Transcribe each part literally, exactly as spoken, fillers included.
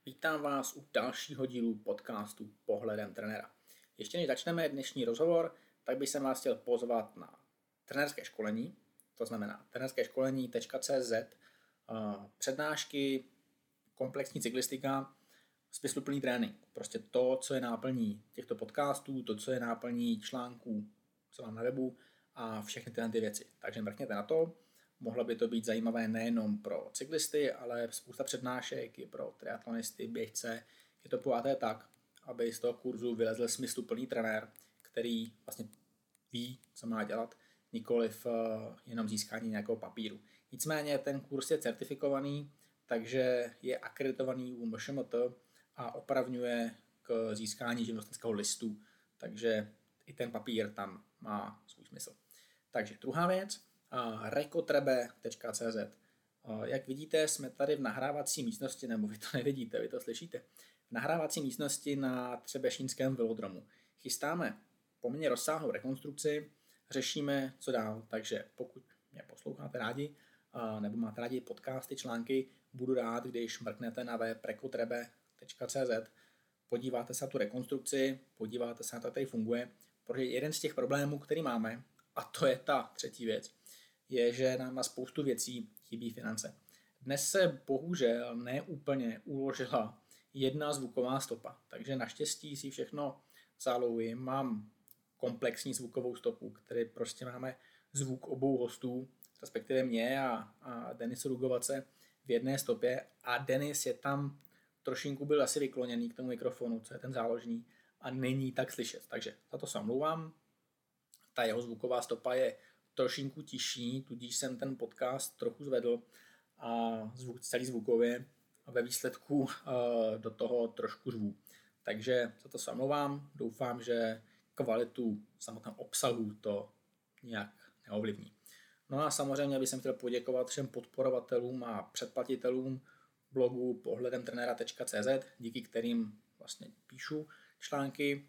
Vítám vás u dalšího dílu podcastu Pohledem trenéra. Ještě než začneme dnešní rozhovor, tak bych se vás chtěl pozvat na trenérské školení, to znamená trenérské školení tečka cé zet, přednášky, komplexní cyklistika, smysluplný trénink. Prostě to, co je náplní těchto podcastů, to, co je náplní článků, co mám na webu a všechny tyhle ty věci. Takže mrkněte na to. Mohlo by to být zajímavé nejenom pro cyklisty, ale spousta přednášek i pro triatlonisty, běžce. Je to pojáté tak, aby z toho kurzu vylezl smysluplný trenér, který vlastně ví, co má dělat, nikoliv jenom získání nějakého papíru. Nicméně ten kurz je certifikovaný, takže je akreditovaný u em š em té a opravňuje k získání živnostenského listu, takže i ten papír tam má svůj smysl. Takže druhá věc, rekotrebe tečka cé zet. Jak vidíte, jsme tady v nahrávací místnosti, nebo vy to nevidíte, vy to slyšíte, v nahrávací místnosti na Třebešínském velodromu. Chystáme poměrně rozsáhlou rekonstrukci, řešíme, co dál, takže pokud mě posloucháte rádi, nebo máte rádi podcasty, články, budu rád, když mrknete na web rekotrebe tečka cé zet, podíváte se na tu rekonstrukci, podíváte se na to, jak tady funguje, protože jeden z těch problémů, který máme, a to je ta třetí věc, je, že nám na spoustu věcí chybí finance. Dnes se bohužel neúplně uložila jedna zvuková stopa, takže naštěstí si všechno zálohuji. Mám komplexní zvukovou stopu, který prostě máme zvuk obou hostů, respektive mě a, a Denise Rugovace v jedné stopě a Denis je tam trošinku byl asi vykloněný k tomu mikrofonu, co je ten záložní a není tak slyšet. Takže za to se omlouvám. Ta jeho zvuková stopa je trošinku tižší, tudíž jsem ten podcast trochu zvedl a zvuk, celý zvukově a ve výsledku uh, do toho trošku řvu. Takže za to se omlouvám, doufám, že kvalitu samotného obsahu to nějak neovlivní. No a samozřejmě bych chtěl poděkovat všem podporovatelům a předplatitelům blogu pohledem trenéra tečka cé zet, díky kterým vlastně píšu články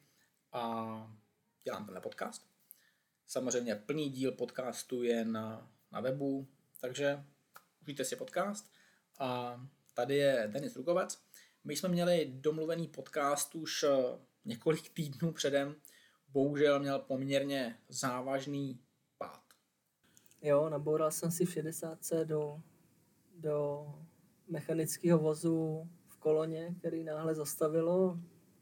a dělám tenhle podcast. Samozřejmě plný díl podcastu je na, na webu, takže užijte si podcast. A tady je Denis Rugovec. My jsme měli domluvený podcast už několik týdnů předem. Bohužel měl poměrně závažný pád. Jo, naboural jsem si v šedesátce do, do mechanického vozu v koloně, který náhle zastavilo.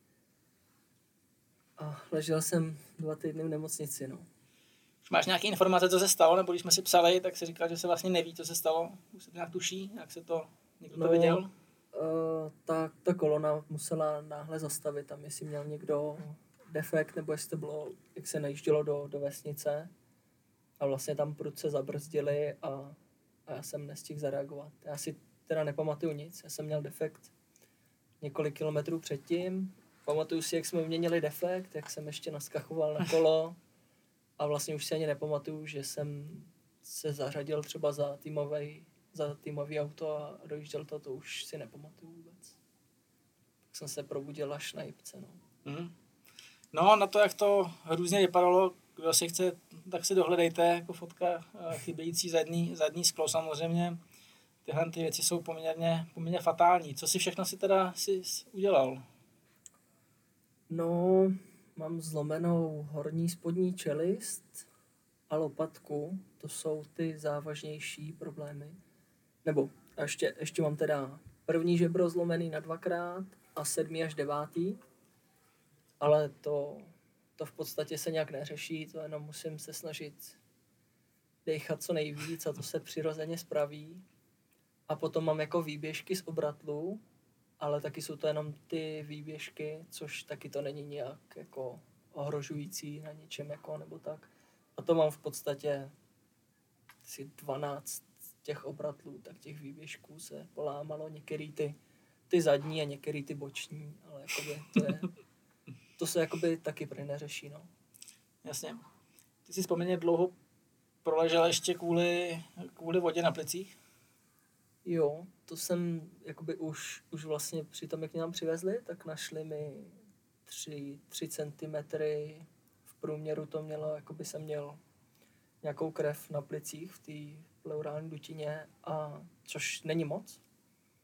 A ležel jsem dva týdny v nemocnici, no. Máš nějaké informace, co se stalo, nebo když jsme si psali, tak si říkal, že se vlastně neví, co se stalo. Už se to nějak tuší, jak se to, někdo no, to viděl? Uh, ta, ta kolona musela náhle zastavit, tam jestli měl někdo defekt, nebo jestli to bylo, jak se najíždělo do, do vesnice. A vlastně tam prudce zabrzdili a, a já jsem nestihl zareagovat. Já si teda nepamatuju nic, já jsem měl defekt několik kilometrů předtím. Pamatuju si, jak jsme měnili defekt, jak jsem ještě naskachoval na kolo. A vlastně už si ani nepamatuju, že jsem se zařadil třeba za týmový, za týmový auto a dojížděl to, to už si nepamatuju vůbec. Tak jsem se probudil až na jipce, no. Mm. No, na to, jak to různě vypadalo, kdo si chce, tak si dohledejte, jako fotka chybějící zadní, zadní sklo samozřejmě. Tyhle ty věci jsou poměrně, poměrně fatální. Co si všechno si teda si udělal? No... Mám zlomenou horní spodní čelist a lopatku, to jsou ty závažnější problémy. Nebo ještě, ještě mám teda první žebro zlomený na dvakrát a sedmý až devátý, ale to, to v podstatě se nějak neřeší, to jenom musím se snažit dechat co nejvíc a to se přirozeně spraví. A potom mám jako výběžky z obratlu, ale taky jsou to jenom ty výběžky, což taky to není nějak jako ohrožující na něčem jako nebo tak. A to mám v podstatě asi dvanáct těch obratlů, tak těch výběžků se polámalo, některý ty, ty zadní a některý ty boční, ale jakoby to je, to se jakoby taky prý neřeší, no. Jasně. Ty jsi poměrně dlouho proležel ještě kvůli, kvůli vodě na plicích? Jo, to jsem jakoby už, už vlastně při tom, jak mě tam přivezli, tak našli mi tři, tři centimetry, v průměru to mělo, jakoby jsem měl nějakou krev na plicích v té pleurální dutině, a což není moc.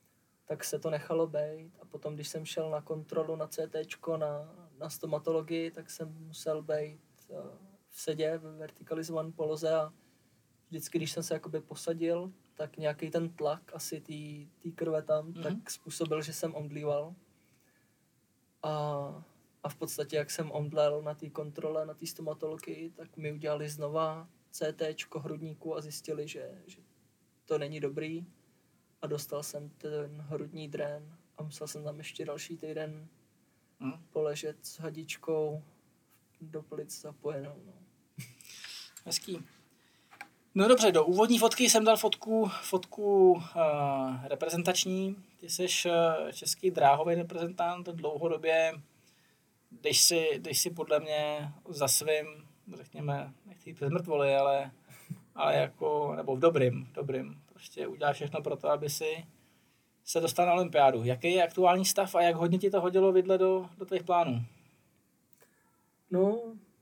tak se to nechalo bejt. A potom, když jsem šel na kontrolu na C T, na, na stomatologii, tak jsem musel bejt v sedě, ve vertikalizované poloze a vždycky, když jsem se jakoby posadil, tak nějaký ten tlak asi té krve tam, mm-hmm. tak způsobil, že jsem omdlíval. A, a v podstatě, jak jsem omdlel na té kontrole, na té stomatologii, tak mi udělali znova C T hrudníku a zjistili, že, že to není dobrý. A dostal jsem ten hrudní drén a musel jsem tam ještě další týden mm. poležet s hadičkou do plic zapojenou. No. Hezký. No dobře, do úvodní fotky jsem dal fotku, fotku uh, reprezentační. Ty jsi uh, český dráhový reprezentant dlouhodobě, jdeš si, jdeš si podle mě za svým, řekněme, nechci jít přes mrtvoly, ale, ale jako, nebo v dobrým, v dobrým. Prostě uděláš všechno pro to, aby si se dostal na olympiádu. Jaký je aktuální stav a jak hodně ti to hodilo vidle do, do tvých plánů? No,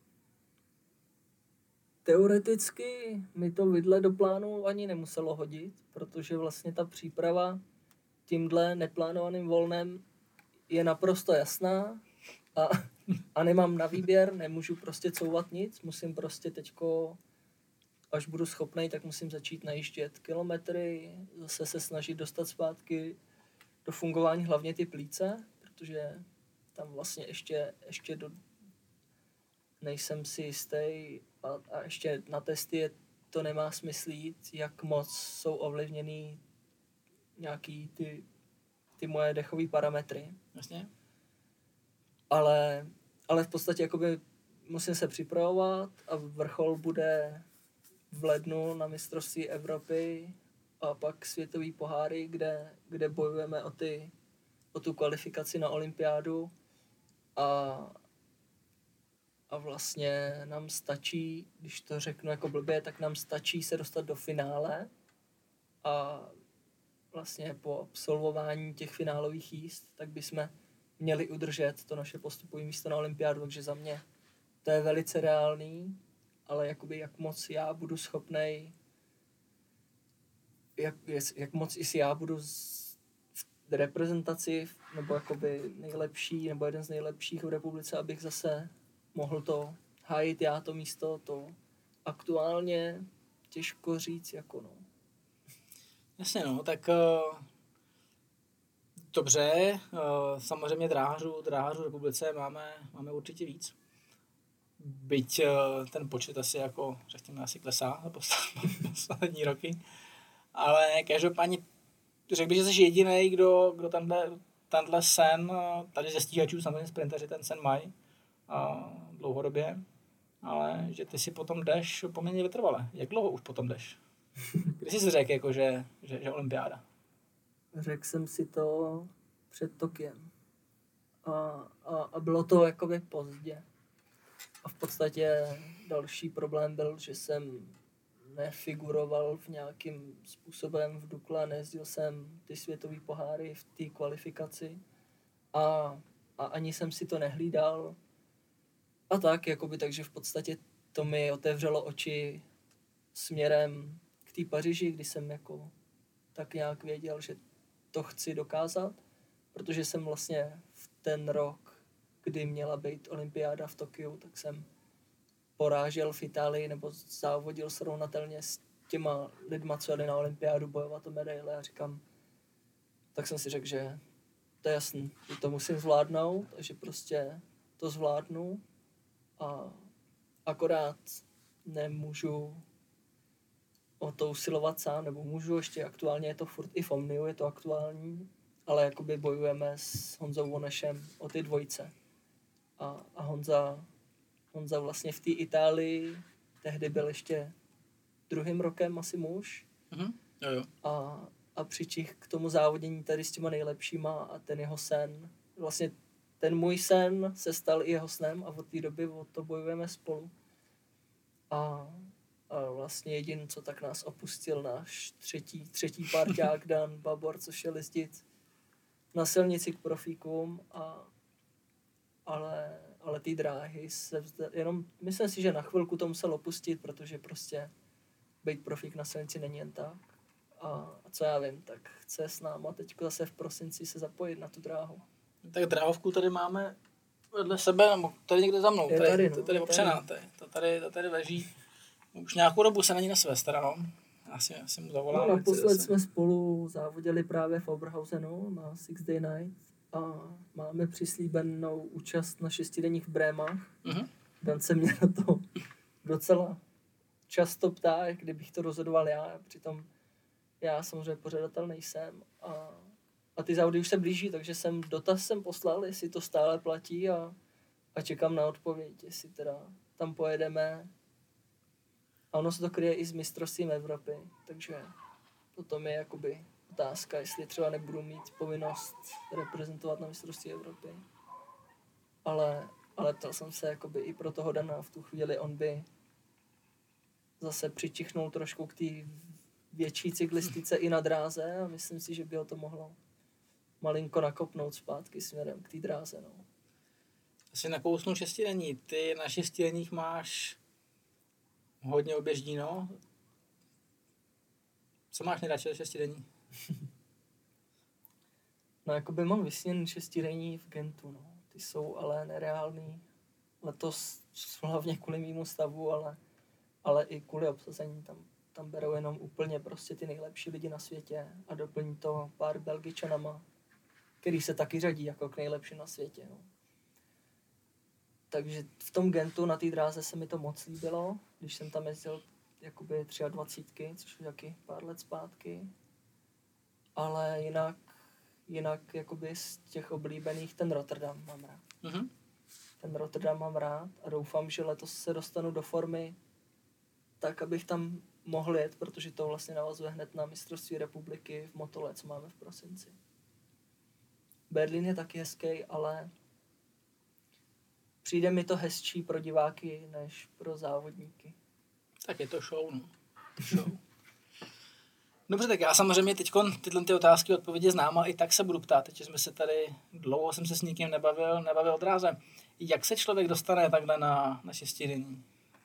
teoreticky mi to vidle do plánu ani nemuselo hodit, protože vlastně ta příprava tímhle neplánovaným volnem je naprosto jasná a, a nemám na výběr, nemůžu prostě couvat nic, musím prostě teďko, až budu schopnej, tak musím začít najíždět kilometry, zase se snažit dostat zpátky do fungování hlavně ty plíce, protože tam vlastně ještě, ještě do, nejsem si jistý a, a ještě na testy je, to nemá smysl jít, jak moc jsou ovlivněný nějaký ty, ty moje dechové parametry. Jasně. Ale, ale v podstatě jakoby musím se připravovat a vrchol bude v lednu na mistrovství Evropy a pak světový poháry, kde, kde bojujeme o, ty, o tu kvalifikaci na olympiádu a, a vlastně nám stačí, když to řeknu jako blbě, tak nám stačí se dostat do finále a vlastně po absolvování těch finálových jízd, tak bychom měli udržet to naše postupové místo na olympiádu, takže za mě to je velice reálný, ale jakoby jak moc já budu schopnej, jak, jak moc i já budu z, v reprezentaci, nebo jakoby nejlepší, nebo jeden z nejlepších v republice, abych zase mohl to hájit já to místo, to aktuálně těžko říct, jako no. Jasně no, tak uh, dobře, uh, samozřejmě dráhařů, dráhařů v republice máme, máme určitě víc. Byť uh, ten počet asi jako, řekněme, asi klesá za poslední roky. Ale každopádně řekl bych, že jsi jedinej, kdo, kdo tenhle, tenhle sen, tady ze stíhačů, samozřejmě sprinteři ten sen mají uh, dlouhodobě, ale že ty si potom jdeš poměrně vytrvale. Jak dlouho už potom jdeš? Kdy jsi si řekl, jako, že, že, že olympiáda? Řekl jsem si to před Tokiem. A, a, a bylo to jakoby pozdě. A v podstatě další problém byl, že jsem nefiguroval v nějakým způsobem v Dukle, nejezdil jsem ty světové poháry v té kvalifikaci a, a ani jsem si to nehlídal. A tak, jakoby, takže v podstatě to mi otevřelo oči směrem k té Paříži, kdy jsem jako tak nějak věděl, že to chci dokázat, protože jsem vlastně v ten rok, kdy měla být olympiáda v Tokiu, tak jsem porážel v Itálii nebo závodil srovnatelně s těma lidma, co jeli na olympiádu bojovat o medaile a říkám, tak jsem si řekl, že to je jasný, že to musím zvládnout, takže prostě to zvládnu a akorát nemůžu o to usilovat sám, nebo můžu ještě aktuálně, je to furt i v Omniu, je to aktuální, ale jakoby bojujeme s Honzou Vonešem o ty dvojce. A, a Honza, Honza vlastně v té Itálii tehdy byl ještě druhým rokem asi muž. Mm-hmm. Jo, jo. A, a přičich k tomu závodění tady s těma nejlepšíma a ten jeho sen, vlastně ten můj sen se stal i jeho snem a od té doby o to bojujeme spolu. A, a vlastně jediný, co tak nás opustil, náš třetí, třetí parťák Dan Babor, co šel jezdit na silnici k profíkům, a, ale, ale ty dráhy se vzda, jenom myslím si, že na chvilku to musel opustit, protože prostě být profík na silnici není jen tak. A, a co já vím, tak chce s náma teď zase v prosinci se zapojit na tu dráhu. Tak dráhovku tady máme vedle sebe, nebo tady někde za mnou. Je tady, tady, no, to tady opřená, tady, to tady, to tady leží. Už nějakou dobu se není na své stranou. Asi, asi mu zavolám. No, naposled jsme spolu závodili právě v Oberhausenu na Six Day Night a máme přislíbenou účast na šestidenních v Brémách. Mm-hmm. Dan se mě na to docela často ptá, kdybych to rozhodoval já, přitom já samozřejmě pořadatel nejsem a, a ty závody už se blíží, takže jsem dotaz jsem poslal, jestli to stále platí a, a čekám na odpověď, jestli teda tam pojedeme. A ono se to kryje i s mistrovstvím Evropy, takže potom je jakoby otázka, jestli třeba nebudu mít povinnost reprezentovat na mistrovství Evropy. Ale, ale ptal jsem se jakoby i pro toho Dana v tu chvíli, on by zase přičichnul trošku k té větší cyklistice i na dráze a myslím si, že by ho to mohlo malinko nakopnout zpátky směrem k té dráze. No. Asi nakousnu šestidenní. Ty na šestidenních máš hodně oběždí, no. Co máš nejradši do šestidenní? No, jakoby mám vysněný šestidenní v Gentu, no. Ty jsou ale nereální. Letos hlavně kvůli mému stavu, ale, ale i kvůli obsazení. Tam, tam berou jenom úplně prostě ty nejlepší lidi na světě a doplní to pár Belgičanama, který se taky řadí jako k nejlepším na světě, no. Takže v tom Gentu na té dráze se mi to moc líbilo, když jsem tam jezdil jakoby dvacítky, což je taky pár let zpátky. Ale jinak, jinak jakoby z těch oblíbených ten Rotterdam mám rád. Mm-hmm. Ten Rotterdam mám rád a doufám, že letos se dostanu do formy tak, abych tam mohl jet, protože to vlastně navazuje hned na mistrovství republiky v motole, co máme v prosinci. Berlín je taky hezký, ale přijde mi to hezčí pro diváky, než pro závodníky. Tak je to show, no. Show. Dobře, tak já samozřejmě teď tyhle ty otázky odpovědi znám, ale i tak se budu ptát, že jsme se tady, dlouho jsem se s nikým nebavil, nebavil o dráze. Jak se člověk dostane takhle na, na šestidenní?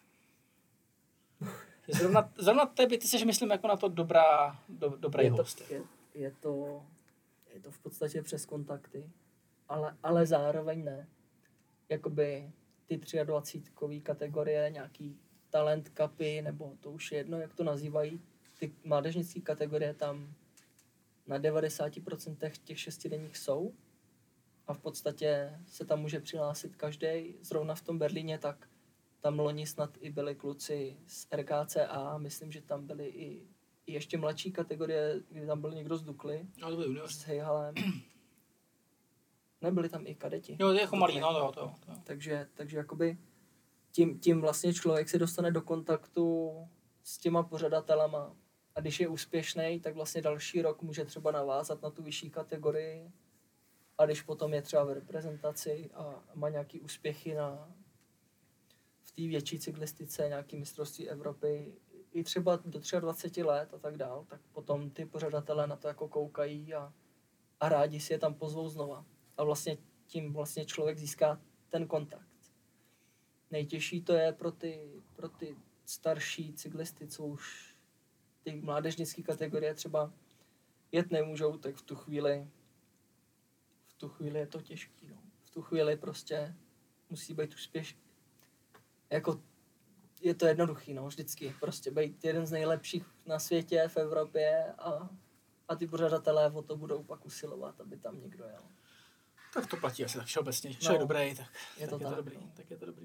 Zrovna, zrovna tebe, ty jsi, myslím, jako na to dobrá, do, dobrý je to, host. Je, je, to, je to v podstatě přes kontakty, ale, ale zároveň ne. Jakoby ty dvacítkový kategorie, nějaký talent cupy, nebo to už je jedno, jak to nazývají, ty mládežnické kategorie tam na devadesát procent těch šestidenních jsou a v podstatě se tam může přihlásit každý. Zrovna v tom Berlíně, tak tam loni snad i byli kluci z R K C A, myslím, že tam byli i, i ještě mladší kategorie, kdy tam byl někdo z Dukly, s Hejhalem. Nebyli tam i kadeti. Jo, to je jako malý, no to, to, to. Takže, takže jakoby tím, tím vlastně člověk se dostane do kontaktu s těma pořadatelama a když je úspěšný, tak vlastně další rok může třeba navázat na tu vyšší kategorii a když potom je třeba v reprezentaci a má nějaký úspěchy na, v té větší cyklistice, nějaký mistrovství Evropy, i třeba do dvacet tři let a tak dál, tak potom ty pořadatelé na to jako koukají a, a rádi si je tam pozvou znova. A vlastně tím vlastně člověk získá ten kontakt. Nejtěžší to je pro ty, pro ty starší cyklisty, co už ty mládežnické kategorie třeba jet nemůžou, tak v tu chvíli v tu chvíli je to těžký. No. V tu chvíli prostě musí být úspěšný. Jako je to jednoduchý, no, vždycky. Prostě být jeden z nejlepších na světě, v Evropě a, a ty pořadatelé o to budou pak usilovat, aby tam někdo jel. Tak to platí asi tak všeobecně. Když no, je dobrý, tak je to, tak, tak, je to dobrý. No. Tak je to dobrý.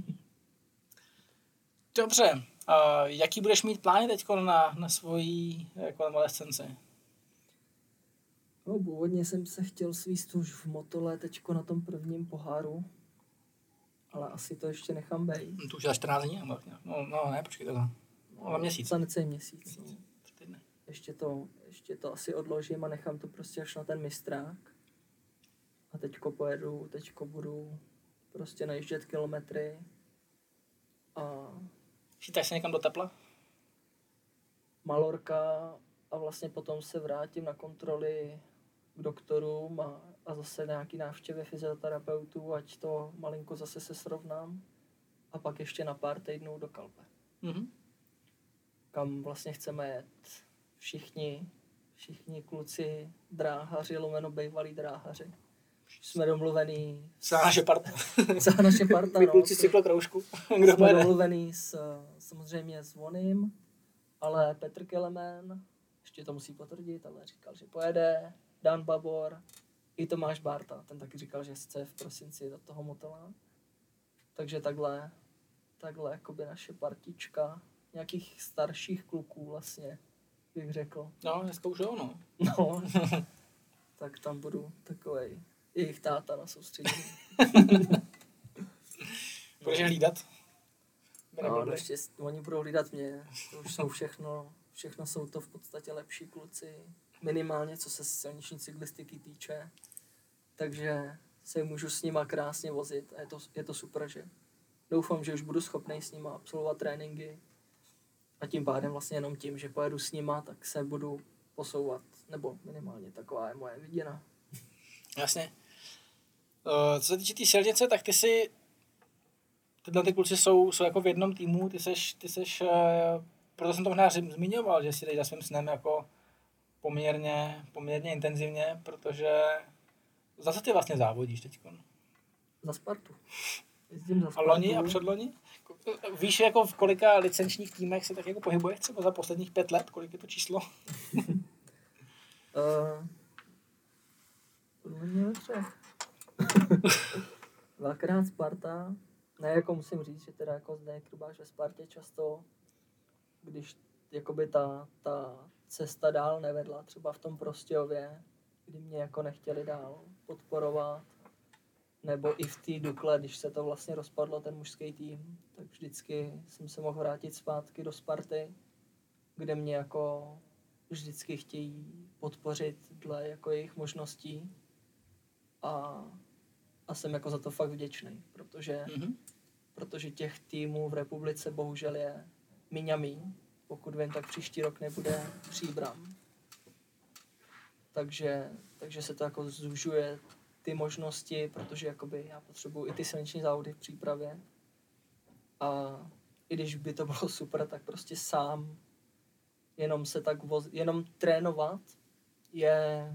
Dobře. Uh, jaký budeš mít plány teď na, na svoji konvalescenci? No, původně jsem se chtěl svíst už v motole teďko na tom prvním poháru, ale asi to ještě nechám bejt. No, to už je za čtrnáct dní? No, no ne, počkej, to za, no, za měsíc. Za necelý měsíc. měsíc. No. Ještě, to, ještě to asi odložím a nechám to prostě až na ten mistrák. A teďko pojedu, teďko budu prostě najíždět kilometry a... Chytáš se někam do tepla? Malorka a vlastně potom se vrátím na kontroly k doktorům a, a zase nějaký návštěvy fyzioterapeutů, ať to malinko zase se srovnám. A pak ještě na pár týdnů do Calpe. Mm-hmm. Kam vlastně chceme jet všichni, všichni kluci dráhaři, lomeno bejvalí dráhaři. Jsme domluvený... Celá naše parta. Celá naše parta, My no. kluci cyklokroužku. Kdo Jsme pojede? domluvený s, samozřejmě s Vonym, ale Petr Kelemen, ještě to musí potvrdit, ale říkal, že pojede. Dan Babor, i Tomáš Bárta, ten taky říkal, že chce v prosinci do toho Motola. Takže takhle, takhle jakoby naše partička nějakých starších kluků vlastně, bych řekl. No, dneska už jo, no. No, tak tam budu takovej jejich táta na soustředění. Budeš je hlídat? No, naštěstí, oni budou hlídat mě, to už jsou všechno, všechno jsou to v podstatě lepší kluci, minimálně co se silniční cyklistiky týče, takže se můžu s nima krásně vozit a je to, je to super, že doufám, že už budu schopný s nima absolvovat tréninky a tím pádem vlastně jenom tím, že pojedu s nima, tak se budu posouvat, nebo minimálně taková je moje viděna. Jasně. Uh, co se týče té tý silnice, tak ty si, tyhle ty kluci jsou, jsou jako v jednom týmu, ty seš, ty seš, uh, proto jsem to možná zmiňoval, že si teď za svým snem jako poměrně, poměrně intenzivně, protože zase ty vlastně závodíš teďko. Za Spartu. Jezdím za A Spartu. loni a předloni? Víš, jako v kolika licenčních týmech se tak jako pohybuješ třeba za posledních pět let? Kolik je to číslo? Uh, podle mě ve třech. Dvakrát Sparta. Ne, jako musím říct, že teda jako zde Krubáš ve Spartě často, když jakoby ta, ta cesta dál nevedla, třeba v tom Prostějově, kdy mě jako nechtěli dál podporovat, nebo i v té Dukle, když se to vlastně rozpadlo, ten mužský tým, tak vždycky jsem se mohl vrátit zpátky do Sparty, kde mě jako vždycky chtějí podpořit dle jako jejich možností a, a jsem jako za to fakt vděčný, protože, mm-hmm. protože těch týmů v republice bohužel je míň a míň. Pokud vím, tak příští rok nebude Příbram. Takže, takže se to jako zužuje ty možnosti, protože jakoby já potřebuji i ty silniční závody v přípravě. A i když by to bylo super, tak prostě sám jenom se tak voz, jenom trénovat je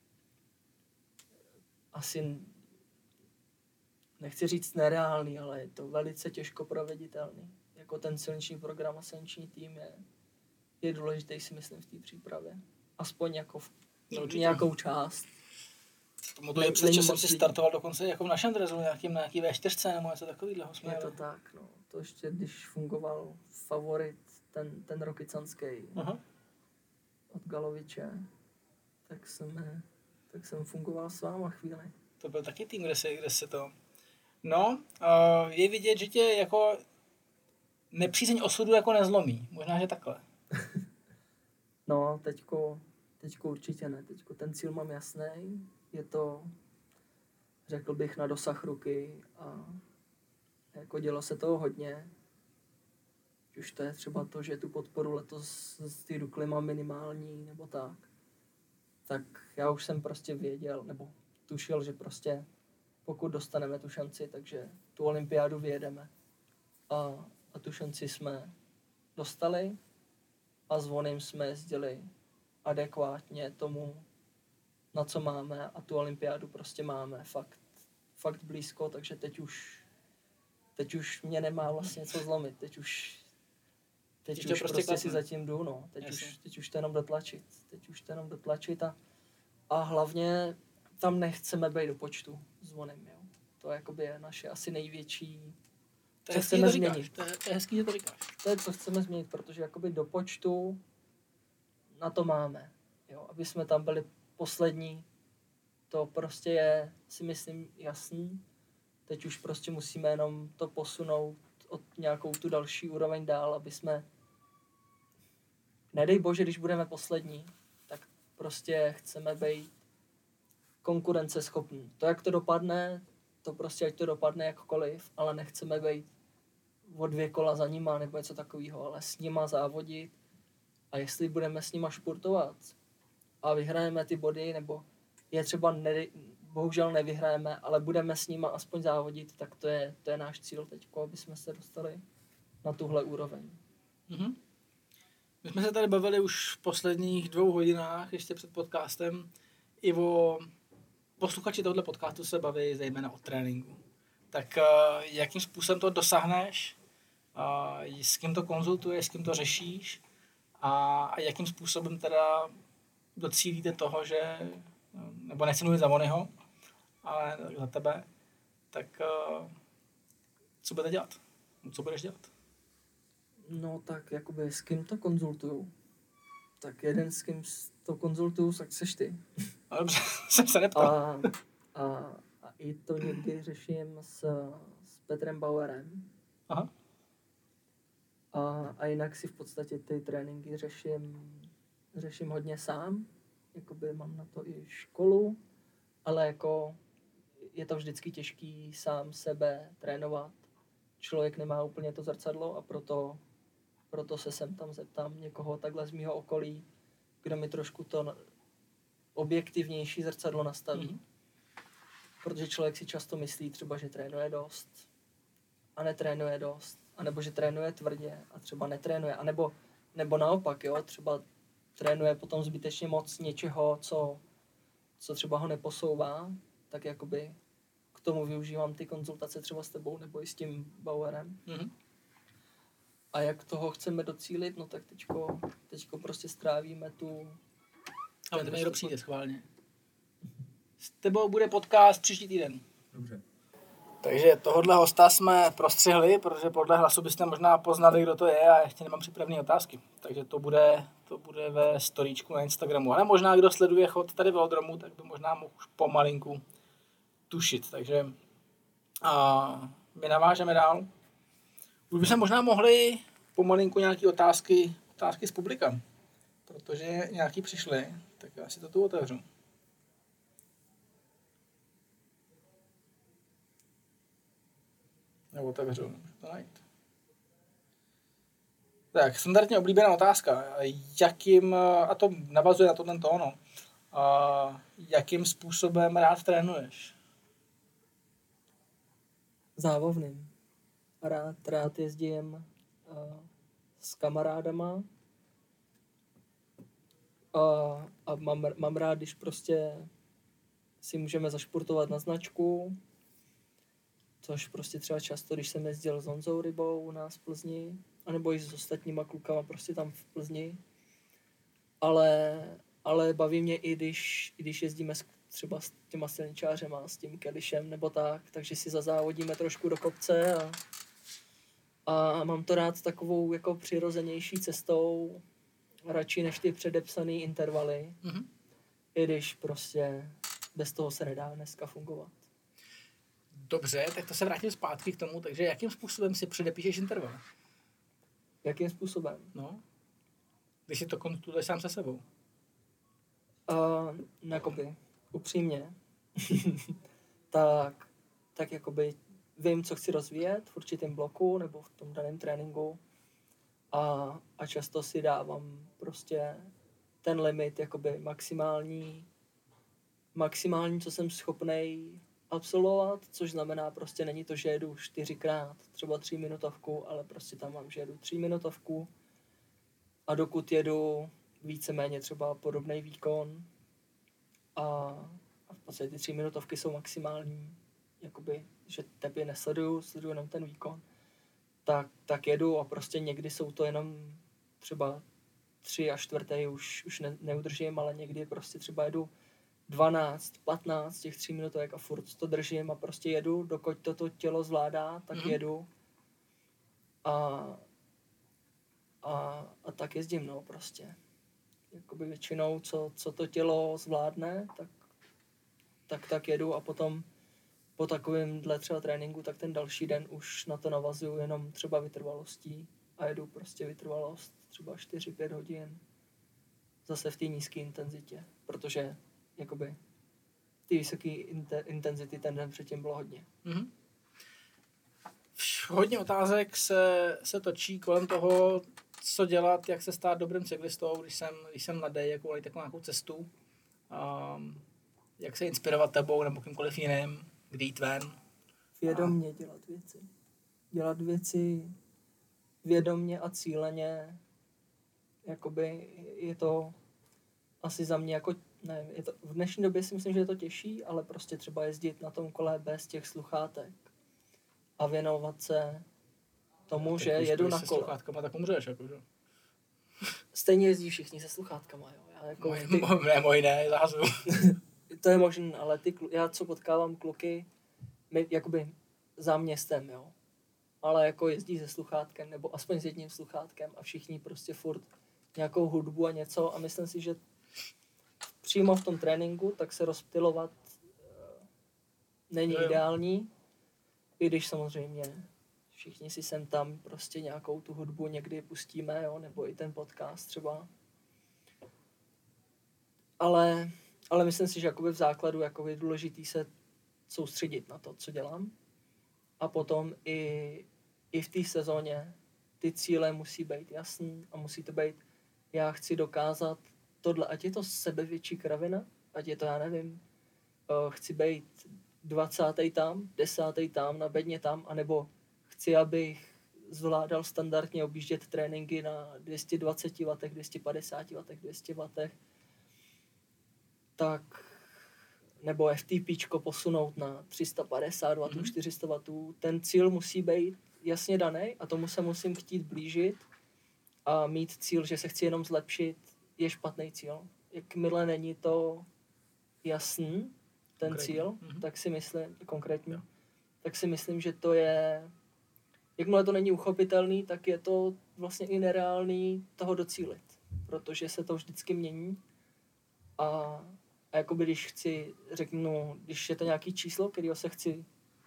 asi, nechci říct nereálný, ale je to velice těžko proveditelný. Jako ten silniční program a silniční tým je, je důležitý, si myslím, v té přípravě. Aspoň jako v no, nějakou část. Tomu to je přes, že jsem si startoval dokonce jako v našem drezu, nějakým, na nějaký vé čtyři nebo něco takového. Je to tak, no. To ještě, když fungoval favorit, ten, ten rokycanský od Galoviče, tak jsem, tak jsem fungoval s váma chvíli. To byl taky tým, kde se, kde se to... No, uh, je vidět, že tě jako nepřízeň osudu jako nezlomí. Možná, že takhle. No, teďko, teďko určitě ne. Teďko ten cíl mám jasný. Je to, řekl bych, na dosah ruky a jako dělo se toho hodně. Už to je třeba to, že tu podporu letos z té Dukly mám minimální nebo tak. Tak já už jsem prostě věděl, nebo tušil, že prostě pokud dostaneme tu šanci, takže tu olympiádu vyjedeme. A, a tu šanci jsme dostali a s Vonym jsme jezdili adekvátně tomu, na co máme a tu olympiádu prostě máme fakt, fakt blízko, takže teď už, teď už mě nemá vlastně co zlomit, teď už, teď už prostě, prostě si zatím jdu, no. Teď, už, teď už to jenom dotlačit, teď už to jenom dotlačit a, a hlavně tam nechceme být do počtu s Vonym, jo. To jakoby je naše asi největší, to co chceme to změnit. To je, to je hezký, že to říkáš. To je, co chceme změnit, protože jakoby do počtu na to máme, jo, aby jsme tam byli poslední, to prostě je, si myslím, jasný. Teď už prostě musíme jenom to posunout od nějakou tu další úroveň dál, aby jsme, nedej bože, když budeme poslední, tak prostě chceme být konkurenceschopní. To, jak to dopadne, to prostě, ať to dopadne jakkoliv, ale nechceme být o dvě kola za nima nebo něco takového, ale s nima závodit a jestli budeme s nima športovat a vyhrajeme ty body, nebo je třeba ne, bohužel nevyhrajeme, ale budeme s nima aspoň závodit, tak to je, to je náš cíl teď, aby jsme se dostali na tuhle úroveň. Mm-hmm. My jsme se tady bavili už v posledních dvou hodinách, ještě před podcastem, i o posluchači tohoto podcastu se baví zejména o tréninku. Tak jakým způsobem to dosáhneš, s kým to konzultuješ, s kým to řešíš a jakým způsobem teda docílíte toho, že, nebo nechci mluvit za Monyho, ale za tebe, tak co budete dělat? Co budeš dělat? No tak jakoby s kým to konzultuju? Tak jeden s kým to konzultuju, tak seš ty. No, dobře, jsem se neptal. A, a, a i to někdy řeším s, s Petrem Bauerem. Aha. A, a jinak si v podstatě ty tréninky řeším, řeším hodně sám. Jakoby mám na to i školu, ale jako je to vždycky těžký sám sebe trénovat. Člověk nemá úplně to zrcadlo a proto, proto se sem tam zeptám někoho takhle z mýho okolí, kdo mi trošku to objektivnější zrcadlo nastaví. Mm-hmm. Protože člověk si často myslí třeba, že trénuje dost a netrénuje dost, anebo že trénuje tvrdě a třeba netrénuje, anebo nebo naopak, jo, třeba trénuje potom zbytečně moc něčeho, co, co třeba ho neposouvá, tak jakoby k tomu využívám ty konzultace třeba s tebou nebo i s tím Bauerem. Mm-hmm. A jak toho chceme docílit, no tak teďko, teďko prostě strávíme tu... Ale to někdo přijde schválně. S tebou bude podcast příští týden. Dobře. Takže tohohle hosta jsme prostřihli, protože podle hlasu byste možná poznali, kdo to je a ještě nemám připravené otázky. Takže to bude, to bude ve storíčku na Instagramu. Ale možná, kdo sleduje chod tady velodromu, tak by možná mohl už pomalinku tušit. Takže a my navážeme dál. Už bychom možná mohli pomalinku nějaké otázky, otázky z publika. Protože nějaký přišli, tak já si to tu otevřu. Nebo otevřu, můžu to najít. Tak, standardně oblíbená otázka. Jakým, a to navazuje na to ten tóno, a jakým způsobem rád trénuješ? Zábavným. Rád, rád jezdím uh, s kamarádama a, a mám, mám rád, když prostě si můžeme zašportovat na značku, což prostě třeba často, když jsem jezdil s Honzou Rybou u nás v Plzni, anebo i s ostatníma klukama prostě tam v Plzni. Ale, ale baví mě i když, i když jezdíme s, třeba s těma silničářema, s tím Kelišem nebo tak, takže si zazávodíme trošku do kopce a, a mám to rád takovou jako přirozenější cestou, radši než ty předepsaný intervaly, mm-hmm. i když prostě bez toho se nedá dneska fungovat. Dobře, tak to se vrátím zpátky k tomu, takže jakým způsobem si předepíšeš interval? Jakým způsobem? No, když si to konzultuješ sám se sebou. Uh, jakoby, upřímně, tak, tak jakoby vím, co chci rozvíjet v určitém bloku nebo v tom daném tréninku a, a často si dávám prostě ten limit jakoby maximální, maximální, co jsem schopnej absolvovat, což znamená prostě není to, že jedu čtyřikrát, třeba tří minutovku, ale prostě tam mám, že jedu tří minutovku a dokud jedu víceméně třeba podobný výkon a, a v podstatě ty tři minutovky jsou maximální, jakoby, že tebe nesleduju, sleduju jenom ten výkon, tak, tak jedu a prostě někdy jsou to jenom třeba tři a čtvrtý už, už ne, neudržím, ale někdy prostě třeba jedu dvanáct, patnáct těch tří minutovek a furt to držím a prostě jedu, dokud toto tělo zvládá, tak mm-hmm. jedu a, a, a tak jezdím, no prostě. Jakoby většinou, co, co to tělo zvládne, tak, tak, tak jedu a potom po takovémhle třeba tréninku, tak ten další den už na to navazuju jenom třeba vytrvalostí a jedu prostě vytrvalost třeba čtyři pět hodin zase v té nízké intenzitě, protože jakoby ty vysoké inte, intenzity ten den předtím bylo hodně. Mm-hmm. Hodně otázek se, se točí kolem toho, co dělat, jak se stát dobrým cyklistou, když jsem, když jsem mladý, jakou ale takovou nějakou cestu, um, jak se inspirovat tebou nebo kýmkoliv jiným, kdy jít ven. Vědomně dělat věci. Dělat věci vědomně a cíleně, jakoby je to asi za mě jako, nevím, je to, v dnešní době si myslím, že je to těžší, ale prostě třeba jezdit na tom kole bez těch sluchátek a věnovat se tomu, že jedu na kole. Se sluchátkama, tak umřeš, jako, že? Stejně jezdí všichni se sluchátkama, jo. Já jako Moj, ty, ne, můj ne, zahazuju. to je možné, ale ty, já co potkávám kluky, my, jakoby za městem, jo. Ale jako jezdí se sluchátkem, nebo aspoň s jedním sluchátkem a všichni prostě furt nějakou hudbu a něco a myslím si, že přímo v tom tréninku tak se rozptylovat uh, není jo, jo. ideální, i když samozřejmě všichni si sem tam prostě nějakou tu hudbu někdy pustíme, jo, nebo i ten podcast třeba. Ale, ale myslím si, že jakoby v základu jakoby je důležitý se soustředit na to, co dělám. A potom i, i v té sezóně ty cíle musí být jasný a musí to být, já chci dokázat tohle, ať je to sebevětší kravina, ať je to, já nevím, uh, chci být dvacátý tam, desátý tam, na bedně tam, anebo chci, abych zvládal standardně objíždět tréninky na dvě stě dvacet wattů, dvě stě padesát wattů, dvě stě wattů, tak nebo FTPčko posunout na tři sta padesát wattů, mm-hmm. čtyři sta wattů. Ten cíl musí být jasně daný a tomu se musím chtít blížit a mít cíl, že se chci jenom zlepšit, je špatný cíl. Jakmile není to jasný, ten konkrétně. cíl, Mm-hmm. tak si myslím, konkrétně, jo. tak si myslím, že to je, jakmile to není uchopitelný, tak je to vlastně i nereálný toho docílit, protože se to vždycky mění a, a jakoby když chci, řeknu, když je to nějaký číslo, kterého se chci,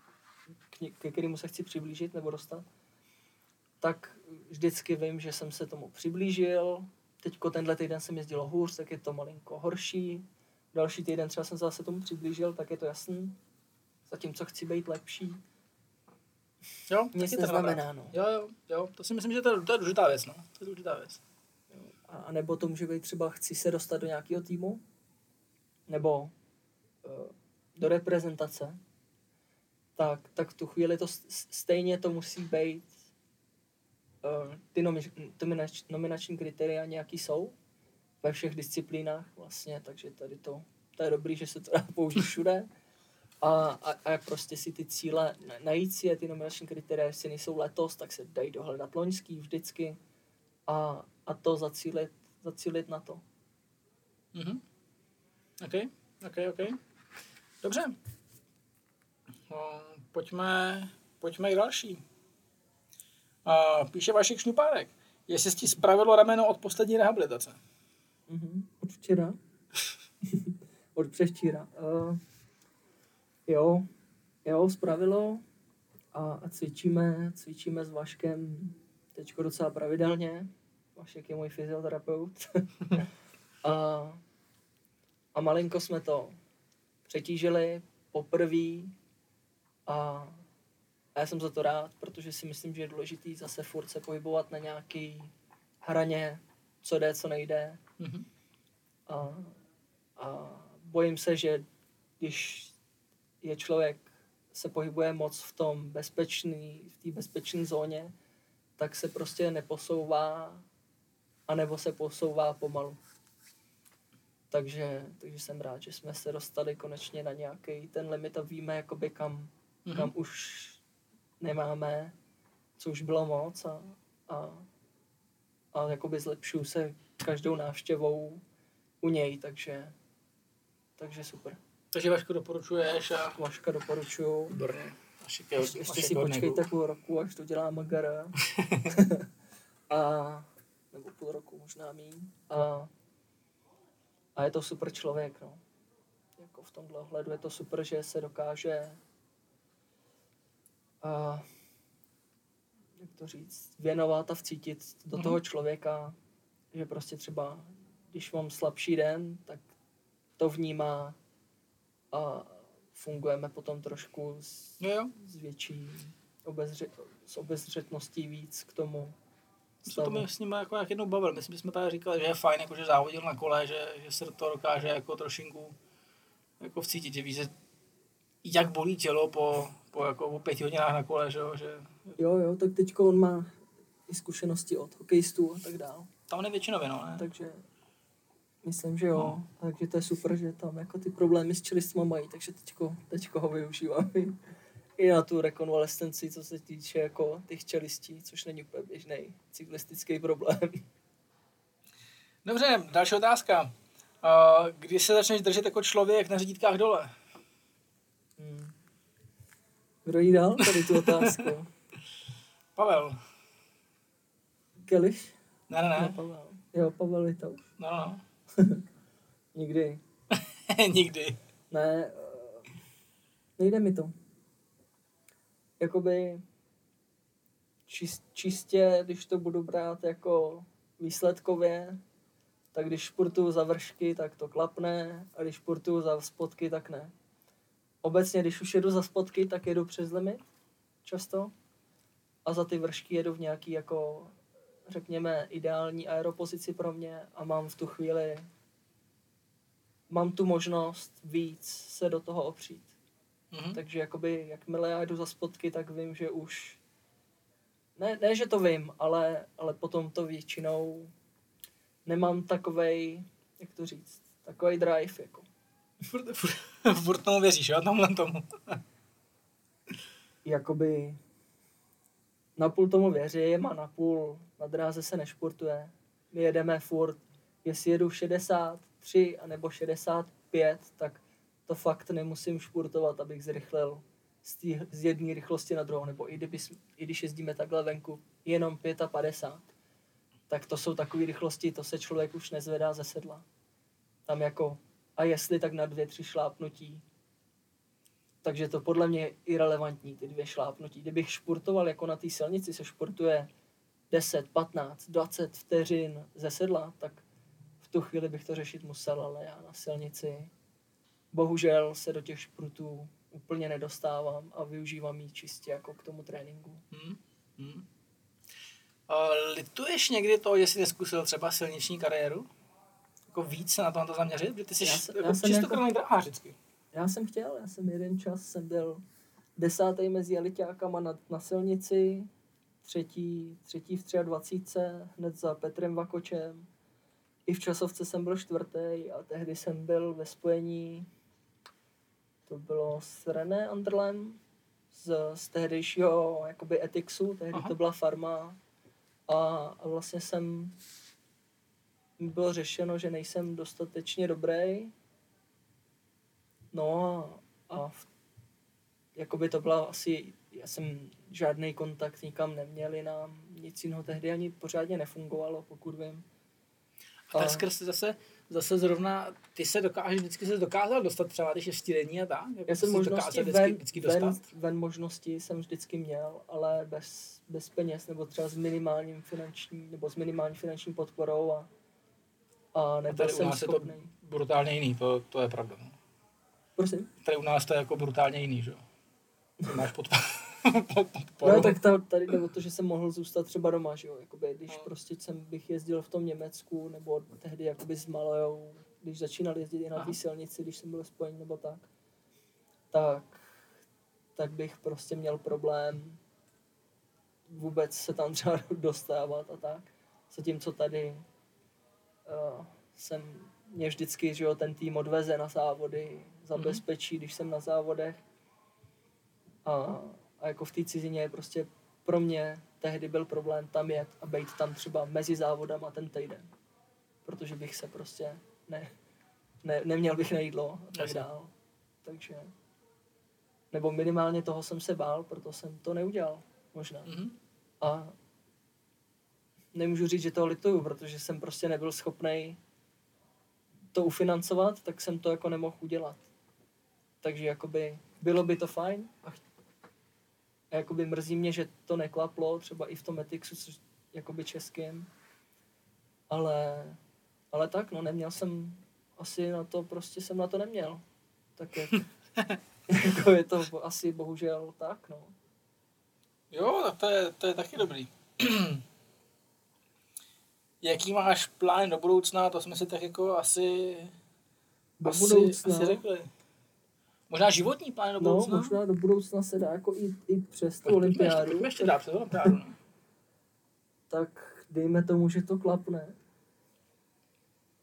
ke kterému se chci přiblížit nebo dostat, tak vždycky vím, že jsem se tomu přiblížil. Teďko tenhle týden jsem jezdil hůř, tak je to malinko horší. Další týden třeba jsem se zase tomu přiblížil, tak je to jasný. Zatímco chci být lepší. Jo, nic neznamená, no. Jo, jo, jo, to si myslím, že to je, to je důležitá věc, no. To je důležitá věc. A, a nebo to může být třeba chci se dostat do nějakého týmu, nebo uh, do reprezentace, tak, tak v tu chvíli to stejně to musí být uh, ty nomi- nominač, nominační kritéria nějaký jsou ve všech disciplínách vlastně, takže tady to, to je dobrý, že se to dá použít všude. A, a, a jak prostě si ty cíle, najít si je ty nominační kritéria, jestli nejsou letos, tak se dají dohledat loňský vždycky a, a to zacílit, zacílit na to. Mhm. OK, OK, OK. Dobře. No, pojďme, pojďme k další. A píše Vašek Šňupárek. Jestli jsi spravilo rameno od poslední rehabilitace. Mhm. Od včera. Od převčíra. Uh, jo, jo, spravilo a, a cvičíme, cvičíme s Vaškem teďko docela pravidelně. Vašek je můj fyzioterapeut. a, a malinko jsme to přetížili poprvé a, a já jsem za to rád, protože si myslím, že je důležitý zase furt se pohybovat na nějaký hraně, co jde, co nejde. Mm-hmm. A, a bojím se, že když je člověk se pohybuje moc v tom bezpečný, v té bezpečné zóně, tak se prostě neposouvá, anebo se posouvá pomalu. Takže, takže jsem rád, že jsme se dostali konečně na nějaký ten limit a víme, jakoby kam, mm-hmm. kam už nemáme, co už bylo moc a, a, a jakoby zlepšuju se každou návštěvou u něj, takže, takže super. Takže Vašku doporučuješ a... Vaška doporučuju. Výborně. Ještě, ještě si počkejte půl roku, až to dělá Magara. a, nebo půl roku, možná míň. A, a je to super člověk, no. Jako v tomhle ohledu je to super, že se dokáže a, jak to říct, věnovat a vcítit do mm-hmm. toho člověka, že prostě třeba, když mám slabší den, tak to vnímá a fungujeme potom trošku s, jo, jo. s větší obezře, s obezřetností víc k tomu. Co to mi s ním jako jak jednou bavil. Myslím, že jsme tady říkali, že je fajn, jako, že závodil na kole, že, že se to dokáže jako trošinku jako vcítit, že ví, že jak bolí tělo po, po, jako, po pěti hodinách na kole, že jo. Že... Jo, jo, tak teďko on má i zkušenosti od hokejistů a tak dál. Tam je většinově, no, ne? Takže myslím, že jo. No. Takže to je super, že tam jako ty problémy s čelistma mají, takže teďko, teďko ho využívám i, i na tu rekonvalescenci, co se týče jako těch čelistí, což není úplně běžný cyklistický problém. Dobře, další otázka. Kdy se začneš držet jako člověk na řídítkách dole? Hmm. Kdo jí dal tady tu otázku? Pavel. Keliš? Ne, ne, ne. No, Pavel. Jo, Pavel je to. No, no. Nikdy. Nikdy. Ne, nejde mi to. Jakoby čist, čistě, když to budu brát jako výsledkově, tak když športuju za vršky, tak to klapne, a když športuju za spotky, tak ne. Obecně, když už jedu za spotky, tak jedu přes limit, často, a za ty vršky jedu v nějaký, jako, řekněme, ideální aeropozici pro mě a mám v tu chvíli, mám tu možnost víc se do toho opřít. Mm-hmm. Takže jakoby, jakmile já jdu za spotky, tak vím, že už, ne, ne že to vím, ale, ale potom to většinou nemám takovej, jak to říct, takovej drive, jako. Furt, furt, furt tomu věříš, jo, tomhle tomu. Jakoby napůl tomu věřím a napůl na dráze se nešportuje. My jedeme furt, jestli jedu šedesát tři anebo šedesát pět, tak to fakt nemusím športovat, abych zrychlil z, tý, z jedné rychlosti na druhou, nebo i, kdyby, i když jezdíme takhle venku jenom padesát pět, tak to jsou takové rychlosti, to se člověk už nezvedá ze sedla. Tam jako, a jestli tak na dvě, tři šlápnutí. Takže to podle mě je irelevantní, ty dvě šlápnutí. Kdybych športoval jako na té silnici, se športuje deset, patnáct, dvacet vteřin ze sedla, tak v tu chvíli bych to řešit musel, ale já na silnici bohužel se do těch šprutů úplně nedostávám a využívám ji čistě jako k tomu tréninku. Hmm. Hmm. Uh, lituješ někdy to, jestli neskusil třeba silniční kariéru? Jako víc se na to, na to zaměřit? Protože ty jsi já jako čistokrvný jako... dráhář vždycky. Já jsem chtěl, já jsem jeden čas jsem byl desátý mezi eliťákama na, na silnici, třetí, třetí v dvacítce tři hned za Petrem Vakočem. I v časovce jsem byl čtvrtý a tehdy jsem byl ve spojení, to bylo s René Anderlem, z, z tehdejšího jakoby Etixu, tehdy Aha. to byla farma a, a vlastně jsem, bylo řešeno, že nejsem dostatečně dobrý. No a, a v, jakoby to byla asi, já jsem žádný kontakt nikam neměl, nám nic jiného tehdy ani pořádně nefungovalo, pokud vím. A tak skrz zase, zase zrovna, ty se dokážeš, vždycky se dokázal dostat třeba, když je štílení a tak? Já jsem možnosti vždycky, ven, vždycky ven, ven možnosti jsem vždycky měl, ale bez, bez peněz, nebo třeba s minimálním finanční, nebo s minimální finanční podporou a, a nebyl a jsem schopný. Je to brutálně jiný, to, to je pravda. No. Prosím? Tady u nás to je jako brutálně jiný, že jo? Máš podporu. No tak tady jde o to, že jsem mohl zůstat třeba doma, že jo, jakoby, když no. prostě jsem bych jezdil v tom Německu, nebo tehdy jakoby s Malajou, když začínal jezdit i na té silnici, když jsem byl spojení nebo tak, tak, tak bych prostě měl problém vůbec se tam třeba dostávat a tak. Zatímco tady uh, jsem, mě vždycky, že jo, ten tým odveze na závody, zabezpečí, mm-hmm. když jsem na závodech. A A jako v té cizině je prostě pro mě tehdy byl problém tam jet a být tam třeba mezi závodama ten týden. Protože bych se prostě ne, ne, neměl bych na jídlo a tak dál. Takže, nebo minimálně toho jsem se bál, proto jsem to neudělal možná. Mm-hmm. A nemůžu říct, že to lituju, protože jsem prostě nebyl schopnej to ufinancovat, tak jsem to jako nemohl udělat. Takže jakoby bylo by to fajn a A jakoby mrzí mě, že to neklaplo, třeba i v tom Etixu, což jakoby českým. Ale, ale tak, no, neměl jsem, asi na to, prostě jsem na to neměl. Tak jak, jako je to asi bohužel tak, no. Jo, tak to je, to je taky dobrý. Jaký máš plán do budoucna, to jsme si tak jako asi, do asi, budoucna. asi řekli. Možná životní plán do budoucna? No, možná do budoucna se dá jako i, i přes tu olympiádu. Pojďme ještě dát přes olympiádu, no. Tak dejme tomu, že to klapne.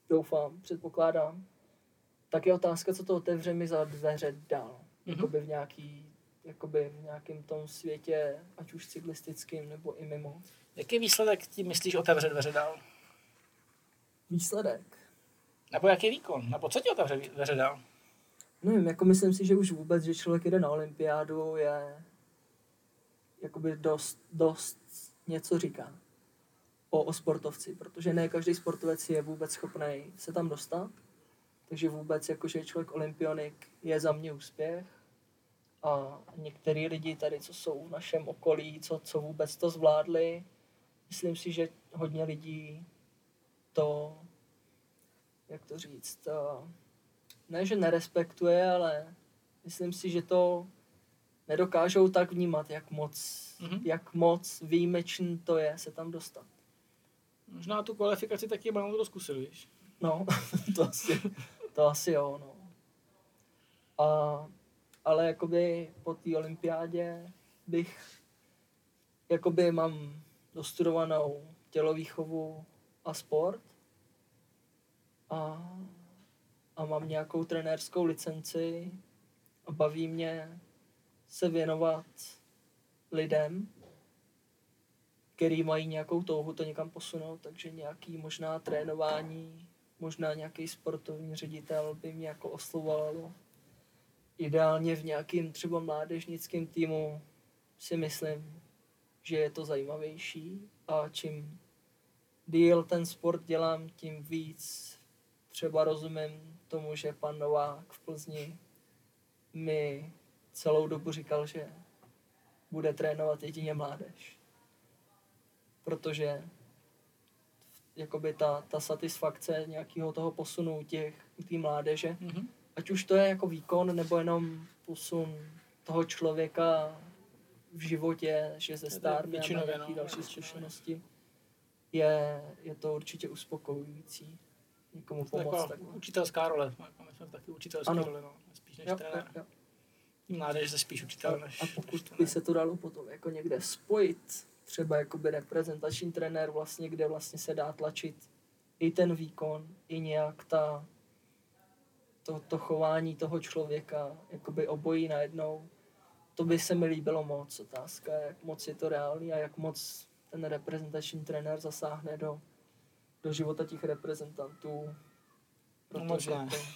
doufám, předpokládám, tak je otázka, co to otevře mi za dveře dál. Mhm. Jakoby v nějaký, jakoby v nějakém tom světě, ať už cyklistickým, nebo i mimo. Jaký výsledek ti myslíš otevře dveře dál? Výsledek. Nebo jaký výkon? Nebo co ti otevře dveře dál? Nevím, jako myslím si, že už vůbec, že člověk jde na olympiádu, je jakoby dost, dost něco říká o, o sportovci, protože ne každý sportovec je vůbec schopný se tam dostat, takže vůbec jakože člověk olympionik je za mě úspěch a některý lidi tady, co jsou v našem okolí, co, co vůbec to zvládli, myslím si, že hodně lidí to, jak to říct, to, ne, že nerespektuje, ale myslím si, že to nedokážou tak vnímat, jak moc, Mhm. jak moc výjimečný to je se tam dostat. Možná tu kvalifikaci taky málo to zkusil, víš? No, to asi, to asi jo, no. A, ale jakoby po té olympiádě bych, jakoby mám dostudovanou tělovýchovu a sport a, a mám nějakou trenérskou licenci a baví mě se věnovat lidem, který mají nějakou touhu to někam posunout, takže nějaký možná trénování, možná nějaký sportovní ředitel by mě jako oslovovalo. Ideálně v nějakým třeba mládežnickém týmu si myslím, že je to zajímavější a čím díl ten sport dělám, tím víc třeba rozumím tomu, že pan Novák v Plzni mi celou dobu říkal, že bude trénovat jedině mládež. Protože jakoby ta, ta satisfakce nějakého toho posunu těch, té mládeže, Mhm. ať už to je jako výkon, nebo jenom posun toho člověka v životě, že se stárne a má většinově, nějaké no, další většinově. zkušenosti, je, je to určitě uspokojující někomu To je pomoct taková takhle. učitelská role. Jako my jsme taky učitelské Ano. role, no. Spíš než Jo, jo, trenér. jo. Mládež se spíš učitel než... A než pokud trenér. by se to dalo potom jako někde spojit, třeba jakoby reprezentační trenér vlastně, kde vlastně se dá tlačit i ten výkon, i nějak ta, to, to chování toho člověka, jakoby obojí najednou, to by se mi líbilo moc. Otázka je, jak moc je to reálný a jak moc ten reprezentační trenér zasáhne do, do života těch reprezentantů. Protože moc ne. to...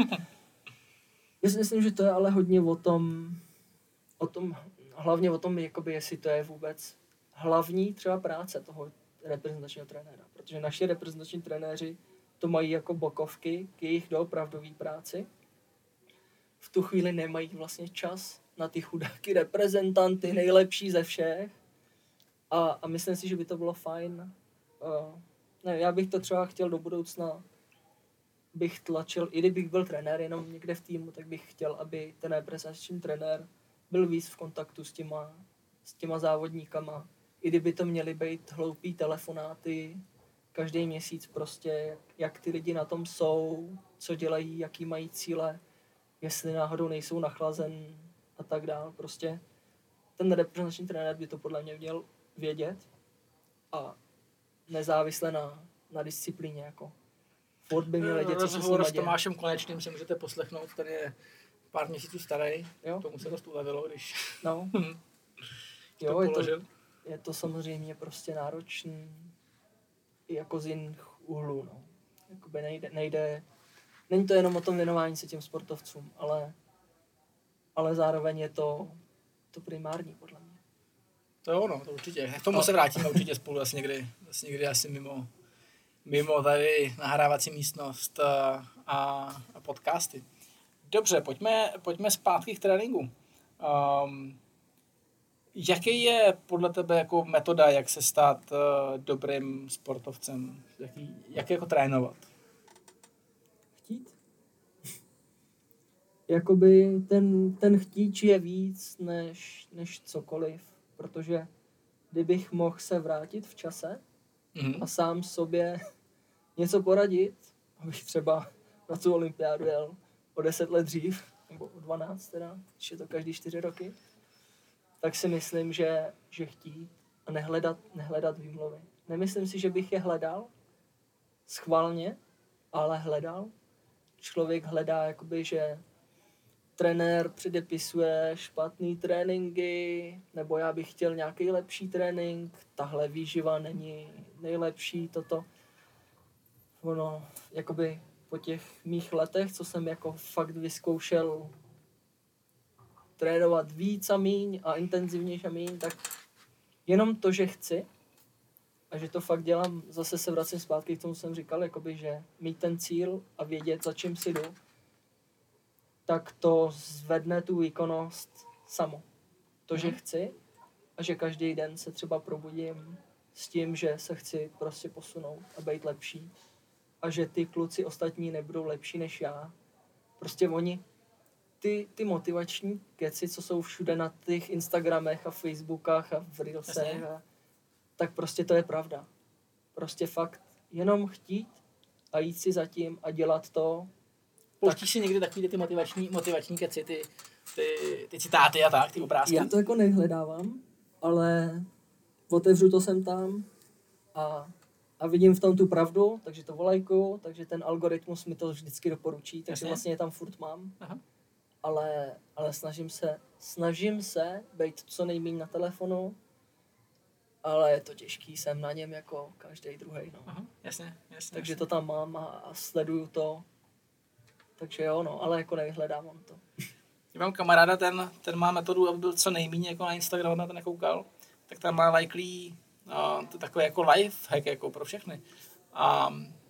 Já si myslím, že to je ale hodně o tom, o tom hlavně o tom, jakoby, jestli to je vůbec hlavní třeba práce toho reprezentačního trenéra. Protože naši reprezentační trenéři to mají jako bokovky k jejich doopravdové práci. V tu chvíli nemají vlastně čas na ty chudáky reprezentanty, nejlepší ze všech. A, a myslím si, že by to bylo fajn. Uh, ne, já bych to třeba chtěl do budoucna, bych tlačil, i kdybych byl trenér jenom někde v týmu, tak bych chtěl, aby ten reprezentační trenér byl víc v kontaktu s těma, s těma závodníkama. I kdyby to měly být hloupý telefonáty, každý měsíc prostě, jak, jak ty lidi na tom jsou, co dělají, jaký mají cíle, jestli náhodou nejsou nachlazen a tak dál. Prostě ten reprezentační trenér by to podle mě měl vědět a nezávisle na, na disciplíně. Jako. Furt by měl vědět, co se s Rozhovor nima s děje. Tomášem Konečným si můžete poslechnout, ten je pár měsíců starý. Jo? Tomu se dost ulevilo, když No. to Jo, je to, položil. je to samozřejmě prostě náročný i jako z jiných úhlů. No. Jakoby nejde, nejde, není to jenom o tom věnování se těm sportovcům, ale, ale zároveň je to, to primární podle mě. To jo, no, to určitě. K tomu A- se vrátíme určitě spolu asi někdy, asi někdy asi mimo, mimo tady nahrávací místnost a, a, a podcasty. Dobře, pojďme, pojďme zpátky k tréninku. Um, jaký je podle tebe jako metoda, jak se stát uh, dobrým sportovcem? Jaký, jak jako trénovat? Chtít? Jakoby ten, ten chtíč je víc než, než cokoliv, protože kdybych mohl se vrátit v čase Mhm. a sám sobě něco poradit, abych třeba na tu olympiádu jel o deset let dřív, nebo o dvanáct teda, když je to každý čtyři roky, tak si myslím, že, že chtít a nehledat, nehledat výmluvy. Nemyslím si, že bych je hledal schválně, ale hledal. Člověk hledá, jakoby, že trenér předepisuje špatný tréninky, nebo já bych chtěl nějaký lepší trénink, tahle výživa není nejlepší, toto. Ono, jakoby po těch mých letech, co jsem jako fakt vyzkoušel trénovat víc a míň a intenzivnější a míň, tak jenom to, že chci a že to fakt dělám, zase se vracím zpátky k tomu, jsem říkal, jakoby, že mít ten cíl a vědět, za čím si jdu, tak to zvedne tu výkonnost samo. To, že chci a že každý den se třeba probudím s tím, že se chci prostě posunout a být lepší a že ty kluci ostatní nebudou lepší než já. Prostě oni, ty, ty motivační keci, co jsou všude na těch Instagramech a Facebookách a v Reelsech, a, tak prostě to je pravda. Prostě fakt jenom chtít a jít si za tím a dělat to. Pouštíš si někdy takový ty motivační, motivační keci, ty, ty, ty citáty a tak, ty obrázky? Já to jako nehledávám, ale otevřu to sem tam a, a vidím v tom tu pravdu, takže to volajkuju, takže ten algoritmus mi to vždycky doporučí, takže Jasně. vlastně je tam furt mám. Aha. Ale, ale snažím se, snažím se být co nejméně na telefonu, ale je to těžký, jsem na něm jako každý druhý. No. Aha, jasně, jasně. Takže jasně. to tam mám a, a sleduju to. Takže jo, no, ale jako nevyhledávám to. Já mám kamaráda, ten, ten má metodu, aby byl co nejméně jako na Instagramu, na to nekoukal, tak tam má likely, uh, to takový jako life hack jako pro všechny. A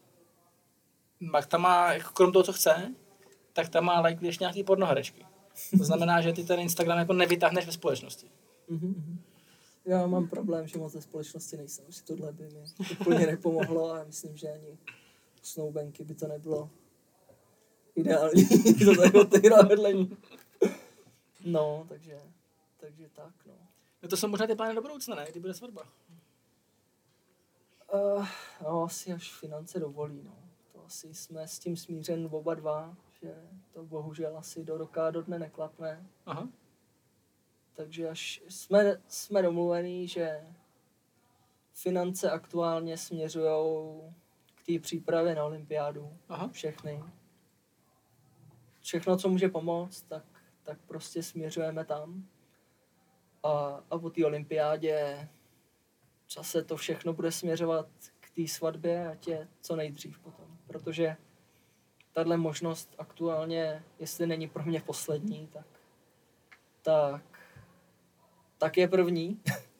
pak tam má, jako krom toho, co chce, tak tam má likely ještě nějaký pornoherečky. To znamená, že ty ten Instagram jako nevytáhneš ve společnosti. Mm-hmm. Já mám problém, že moc ve společnosti nejsem, že tohle by mi úplně nepomohlo a myslím, že ani snoubenky by to nebylo ideální, to takhle tyhle vedlení. No, takže, takže tak, no. No to jsou možná ty plány do budoucna, ne? Kdy bude svatba? Uh, no, asi až finance dovolí, no. To asi jsme s tím smířen oba dva, že to bohužel asi do roka, do dne neklapne. Aha. Takže až jsme, jsme domluvení, že finance aktuálně směřujou k té přípravě na olympiádu. Aha. Všechny. Všechno, co může pomoct, tak, tak prostě směřujeme tam. A, a po té olympiádě zase to všechno bude směřovat k té svatbě, ať je co nejdřív potom. Protože tahle možnost aktuálně, jestli není pro mě poslední, tak, tak, tak je první.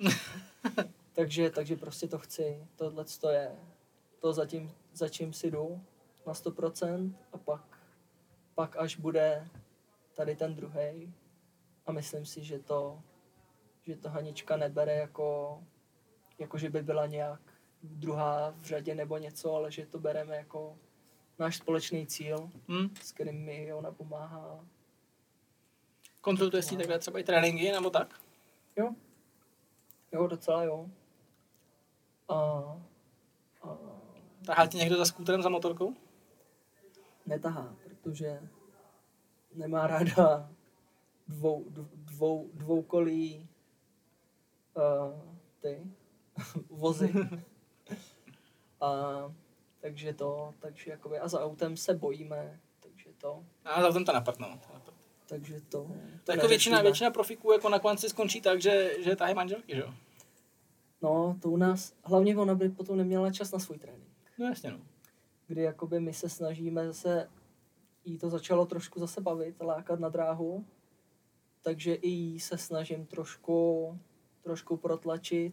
takže, takže prostě to chci. Tohle to je to, zatím, za čím si jdu na sto procent a pak, pak až bude tady ten druhej. A myslím si, že to, že to Hanička nebere jako, jako, že by byla nějak druhá v řadě nebo něco, ale že to bereme jako náš společný cíl, Hmm. s kterým mi ona pomáhá. Konzultuješ si takhle třeba i tréninky nebo tak? Jo. Jo, docela jo. A, a Tahá ti někdo za skúterem, za motorkou? netahá, protože nemá ráda dvou, dvou, dvoukolí uh, ty vozy. A takže to, takže jakoby, a za autem se bojíme, takže to, A za to napad, no. takže to. To to jako většina, neřešíme. většina profiků jako na konci skončí tak, že, že tahají manželky, že jo? No, to u nás, hlavně ona by potom neměla čas na svůj trénink. No jasně, no. Kdy jakoby my se snažíme zase, jí to začalo trošku zase bavit, lákat na dráhu, takže i jí se snažím trošku, trošku protlačit,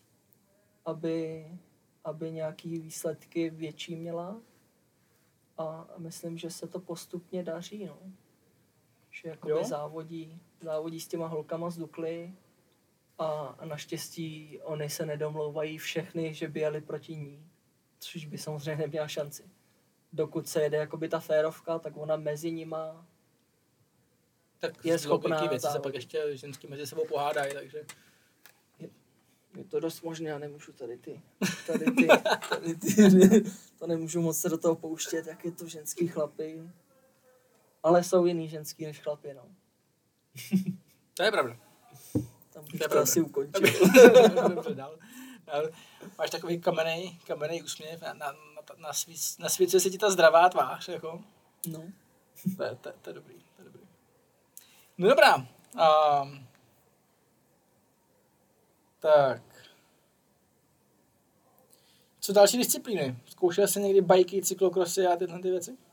aby, aby nějaký výsledky větší měla. A, a myslím, že se to postupně daří, no. Že jakoby Jo? závodí, závodí s těma holkama z Dukly a, a naštěstí oni se nedomlouvají všechny, že by jeli proti ní. Což by samozřejmě neměla šanci. Dokud se jede jakoby ta férovka, tak ona mezi nima Tak je z schopná logiky věci se závodit. pak ještě ženský mezi sebou pohádají, takže... je to dost možné, já nemůžu tady ty, tady ty, tady ty, to nemůžu moc se do toho pouštět, jak je to ženský chlapy. Ale jsou jiný ženský než chlapy, no. To je pravda. Tam bych To je to pravda. asi ukončil. Dobře, dál. dál. Máš takový kamenej, kamenej úsměv na, na, na nasvědčuje se ti ta zdravá tvář, jako. No. To je, to, to je dobrý, to je dobrý. No dobrá. Um, tak. Co další disciplíny? Zkoušel jsi někdy bajky, cyklokrosy a tyhle ty věci?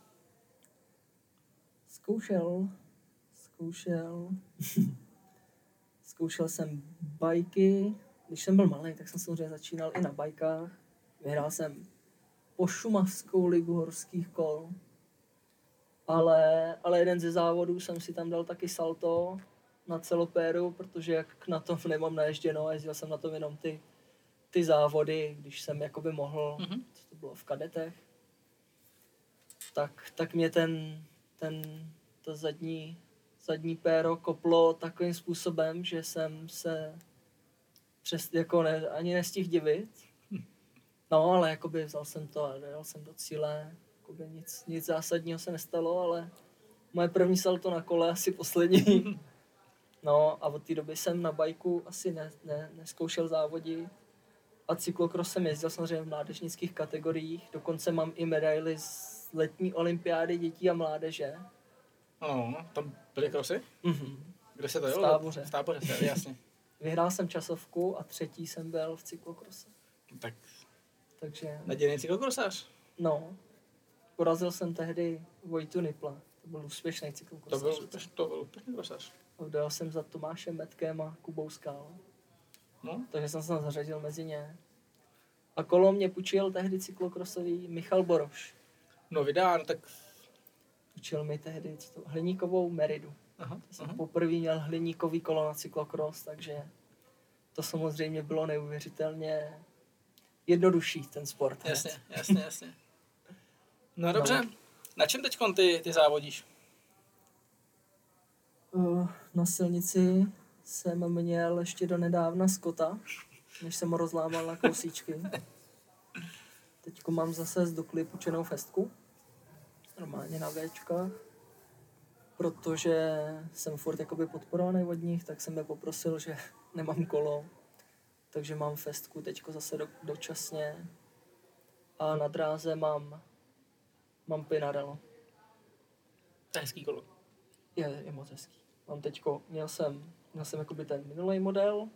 Zkoušel. Zkoušel. Zkoušel jsem bajky. Když jsem byl malý, tak jsem samozřejmě začínal i na bajkách. Vyhrál jsem Pošumavskou ligu horských kol. Ale, ale jeden ze závodů jsem si tam dal taky salto na celopéru, protože jak na tom nemám naježděno, jezdil jsem na tom jenom ty, ty závody, když jsem jakoby mohl, mm-hmm. co to bylo v kadetech, tak, tak mě ten, ten, to zadní, zadní péro koplo takovým způsobem, že jsem se přes, jako ne, ani nestihl divit. No, ale jakoby vzal jsem to a dojel jsem do cíle. Jakoby nic, nic zásadního se nestalo, ale moje první salto na kole, asi poslední. No a od té doby jsem na bajku asi ne, ne, neskoušel závodit. A cyklokros jsem jezdil samozřejmě v mládežnických kategoriích. Dokonce mám i medaily z letní olympiády dětí a mládeže. Ano, tam byly krosy? Mhm. Kde se to jelo? V Táboře. V Táboře, jasně. Vyhrál jsem časovku a třetí jsem byl v cyklokrose. Tak Takže... nadějný cyklokrosář. No. Porazil jsem tehdy Vojtu Nipla. To byl úspěšný cyklokrosář. To byl, úspěšný, to byl úspěšný krosář. Dojel jsem za Tomášem Metkem a Kubou Skál. No. Takže jsem se tam zařadil mezi ně. A kolo mě půjčil tehdy cyklokrosový Michal Boroš. No vydán, tak... Půjčil mi tehdy co to, hliníkovou Meridu. Aha, To jsem aha. poprvé měl hliníkový kolo na cyklokros, takže to samozřejmě bylo neuvěřitelně jednodušší ten sport. Jasně, jasně, jasně. No dobře, no. Na čem teď ty, ty závodíš? Uh, na silnici jsem měl ještě do nedávna Scotta, než jsem ho rozlámal na kousíčky. Teďko mám zase z Dukly půjčenou festku, normálně na Véčkách, protože jsem furt jakoby podporovaný od nich, tak jsem je poprosil, že nemám kolo, takže mám festku teďko zase do, dočasně a na dráze mám, mám Pinarello. To je hezký kolo. Je, je moc hezký. Mám teďko, měl jsem, měl jsem jakoby ten minulý model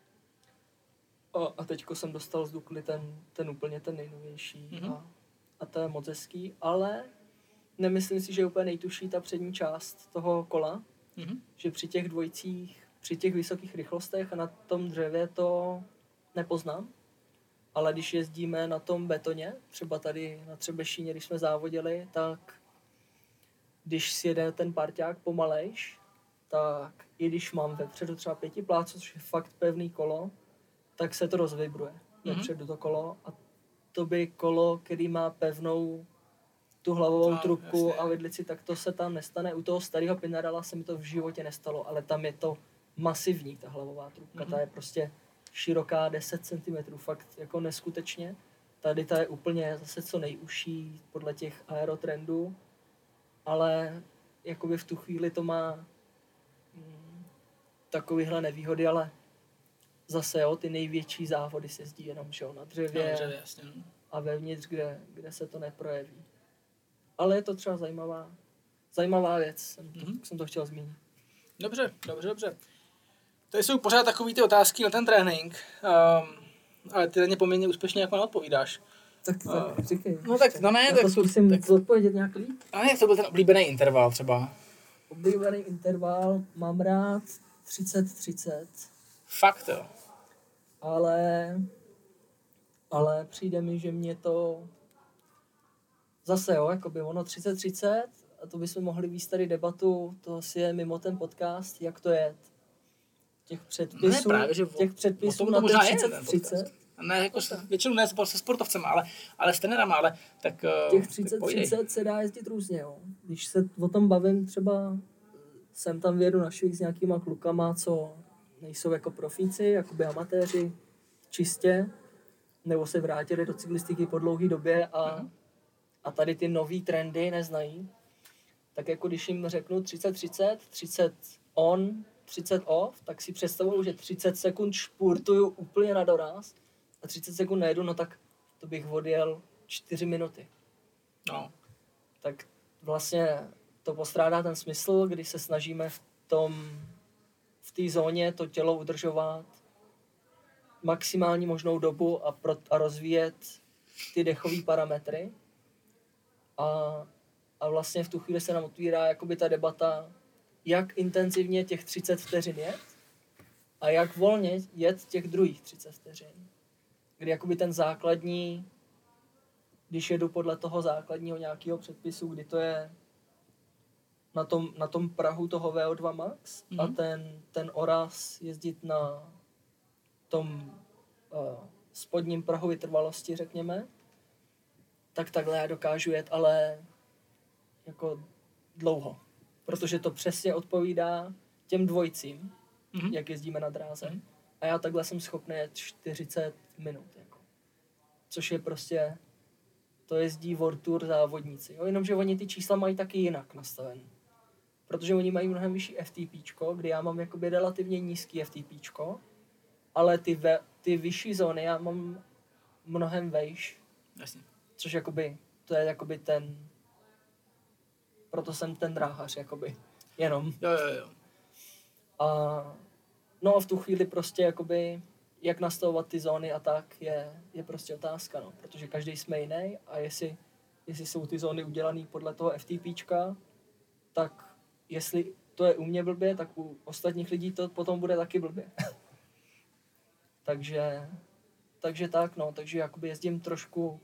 a, a teďko jsem dostal z Dukly ten, ten úplně ten nejnovější mm-hmm. a, a to je moc hezký, ale nemyslím si, že je úplně nejtužší ta přední část toho kola, mm-hmm. že při těch dvojicích, při těch vysokých rychlostech a na tom dřevě to nepoznám, ale když jezdíme na tom betoně, třeba tady na Třebešíně, když jsme závodili, tak když si jede ten parťák pomalejš, tak i když mám vepředu třeba pěti pláců, což je fakt pevný kolo, tak se to rozvibruje mm-hmm. vepředu to kolo a to by kolo, který má pevnou tu hlavovou to, trubku jasně. a vidlici, tak to se tam nestane. U toho starého Pinarella se mi to v životě nestalo, ale tam je to masivní, ta hlavová trubka, mm-hmm. ta je prostě široká deset centimetrů, fakt jako neskutečně. Tady ta je úplně zase co nejužší podle těch aerotrendů, ale jakoby v tu chvíli to má mm, takovýhle nevýhody, ale zase jo, ty největší závody se jezdí jenom že jo, na dřevě, no, dřevě jasně. a vevnitř, kde, kde se to neprojeví. Ale je to třeba zajímavá, zajímavá věc, jsem to, mm-hmm. jsem to chtěl zmínit. Dobře, dobře, dobře. Tady jsou pořád takové ty otázky na ten trénink, um, ale ty na ně poměrně úspěšně jako neodpovídáš. Tak, tak uh, říkej. No tak, no ne, já tak... to zkusím tak, odpovědět nějak líp. A jak to byl ten oblíbený interval třeba? Oblíbený interval mám rád třicet třicet. Fakt jo. Ale, ale přijde mi, že mě to zase jo, jakoby ono třicet třicet, a to bychom mohli víc tady debatu, to asi je mimo ten podcast, jak to je. Těch předpisů, ne, právě, že těch předpisů to na možná třicet třicet. Ne, jako se, většinou ne se sportovcem, ale, ale s trenérama, ale tak těch třicet třicet se dá jezdit různě, jo. Když se o tom bavím, třeba jsem tam vědu na švih s nějakýma klukama, co nejsou jako profíci, jakoby amatéři, čistě, nebo se vrátili do cyklistiky po dlouhé době a, mm. a tady ty nový trendy neznají, tak jako když jim řeknu třicet třicet, třicet on, třicet off, tak si představuju, že třicet sekund špurtuju úplně na doraz a třicet sekund nejedu, no tak to bych odjel čtyři minuty. No. Tak vlastně to postrádá ten smysl, když se snažíme v tom, v té zóně to tělo udržovat maximální možnou dobu a, pro, a rozvíjet ty dechové parametry. A, a vlastně v tu chvíli se nám otvírá jakoby ta debata, jak intenzivně těch třicet vteřin jet a jak volně jet těch druhých třicet vteřin. Kdy jakoby ten základní, když jedu podle toho základního nějakého předpisu, kdy to je na tom, na tom prahu toho V O dva max mm-hmm. a ten, ten oraz jezdit na tom uh, spodním prahu vytrvalosti, řekněme, tak takhle já dokážu jet, ale jako dlouho. Protože to přesně odpovídá těm dvojcím, mm-hmm. jak jezdíme na dráze. Mm-hmm. A já takhle jsem schopný jet čtyřicet minut. Jako. Což je prostě, to jezdí World Tour závodníci. Jo? Jenomže oni ty čísla mají taky jinak nastavený. Protože oni mají mnohem vyšší F T P, kdy já mám jakoby relativně nízký F T P, ale ty, ve, ty vyšší zóny já mám mnohem vejš. Jasně. Což jakoby, to je jakoby ten, proto jsem ten dráhař, jakoby, jenom. Jo, jo, jo. A no a v tu chvíli prostě jakoby, jak nastavovat ty zóny a tak, je, je prostě otázka, no. Protože každý jsme jiný a jestli, jestli jsou ty zóny udělané podle toho F T P, tak jestli to je u mě blbě, tak u ostatních lidí to potom bude taky blbě. takže, takže tak, no, takže jakoby jezdím trošku,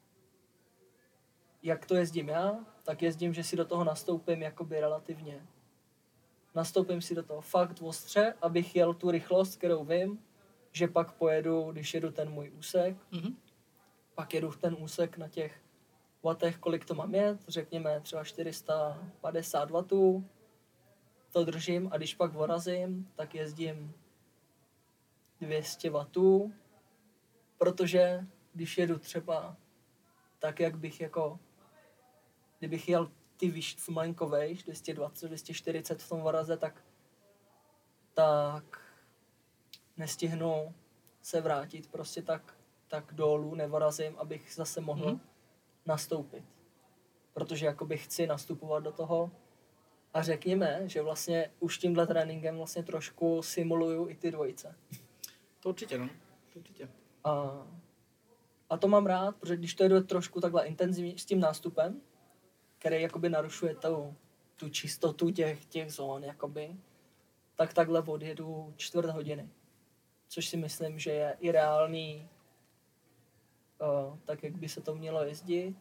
jak to jezdím já, tak jezdím, že si do toho nastoupím jakoby relativně. Nastoupím si do toho fakt ostře, abych jel tu rychlost, kterou vím, že pak pojedu, když jedu ten můj úsek, mm-hmm. pak jedu ten úsek na těch wattech, kolik to mám jet, řekněme třeba čtyři sta padesát wattů, to držím a když pak vorazím, tak jezdím dvě stě wattů, protože když jedu třeba tak, jak bych jako, kdybych jel ty výš, v malinko vejš, dvě stě dvacet, dvě stě čtyřicet v tom voraze, tak, tak nestihnu se vrátit prostě tak, tak dolů, nevorazím, abych zase mohl mm. nastoupit. Protože jakoby chci nastupovat do toho a řekněme, že vlastně už tímhle tréninkem vlastně trošku simuluju i ty dvojice. To určitě, no. To určitě. A, a to mám rád, protože když to jedu trošku takhle intenzivně s tím nástupem, který jakoby narušuje tu, tu čistotu těch, těch zón, jakoby, tak takhle odjedu čtvrt hodiny. Což si myslím, že je i reálný, uh, tak jak by se to mělo jezdit.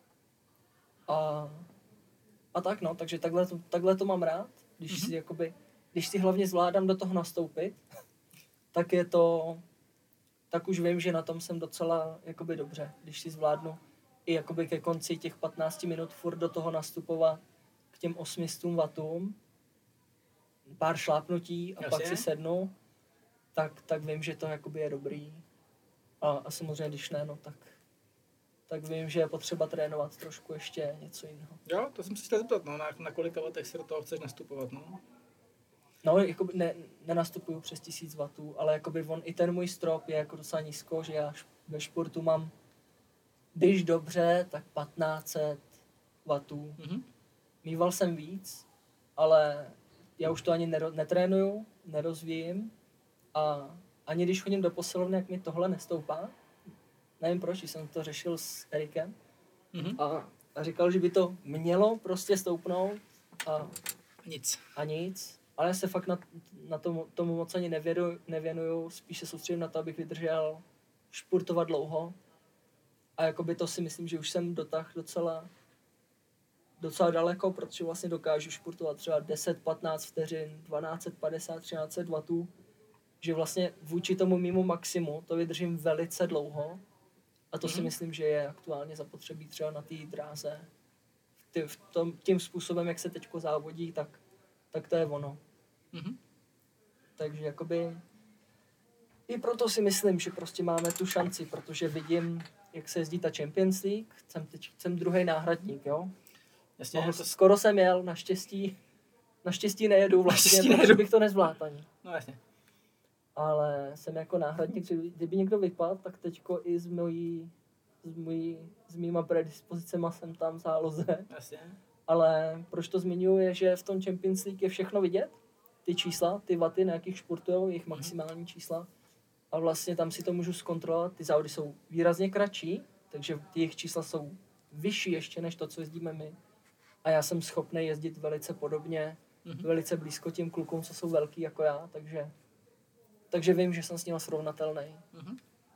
A, a tak no, takže takhle to, takhle to mám rád, když mm-hmm. si jakoby, když si hlavně zvládám do toho nastoupit, tak je to, tak už vím, že na tom jsem docela jakoby dobře, když si zvládnu i jakoby ke konci těch patnáct minut furt do toho nastupovat k těm osm set wattům, pár šlápnutí a Jasně. pak si sednu, tak, tak vím, že to jakoby je dobrý. A, a samozřejmě, když ne, no tak, tak vím, že je potřeba trénovat trošku ještě něco jiného. Jo, to jsem si chtěl zeptat, no, na, na kolika wattech si do toho chceš nastupovat, no? No, jakoby ne, nenastupuju přes tisíc wattů, ale jakoby on, i ten můj strop je jako docela nízko, že já ve športu mám, když dobře, tak patnáct set wattů. Mm-hmm. Mýval jsem víc, ale já už to ani nero, netrénuju, nerozvíjím a ani když chodím do posilovny, jak mi tohle nestoupá. Nevím proč, jsem to řešil s Erikem mm-hmm. a, a říkal, že by to mělo prostě stoupnout a nic. A nic. Ale já se fakt na, na tom, tomu moc ani nevěnuju, nevěnuju, spíš se soustředím na to, abych vydržel športovat dlouho. A jakoby to si myslím, že už jsem dotáhl docela, docela daleko, protože vlastně dokážu športovat třeba deset patnáct vteřin, dvanáct padesát, třináct wattů, že vlastně vůči tomu mimo maximu to vydržím velice dlouho. A to mm-hmm. si myslím, že je aktuálně zapotřebí třeba na té dráze. Ty, v tom, tím způsobem, jak se teďko závodí, tak, tak to je ono. Mm-hmm. Takže jakoby i proto si myslím, že prostě máme tu šanci, protože vidím, jak se jezdí ta Champions League, jsem, teď, jsem druhý náhradník, jo. Jasně, Mohl, to... Skoro jsem jel, naštěstí, naštěstí nejedu vlastně, naštěstí protože nejedu. bych to nezvládl ani. No jasně. Ale jsem jako náhradník, kdyby někdo vypadl, tak teďko i z mojí s, můj, s mýma predispozicema jsem tam v záloze. Jasně. Ale proč to zmiňuji, je, že v tom Champions League je všechno vidět. Ty čísla, ty vaty, na jakých športujou, jejich maximální čísla. A vlastně tam si to můžu zkontrolovat. Ty závody jsou výrazně kratší, takže ty jejich čísla jsou vyšší ještě než to, co jezdíme my. A já jsem schopný jezdit velice podobně, mm-hmm. velice blízko těm klukům, co jsou velký jako já, takže, takže vím, že jsem s nimi srovnatelný. Mm-hmm.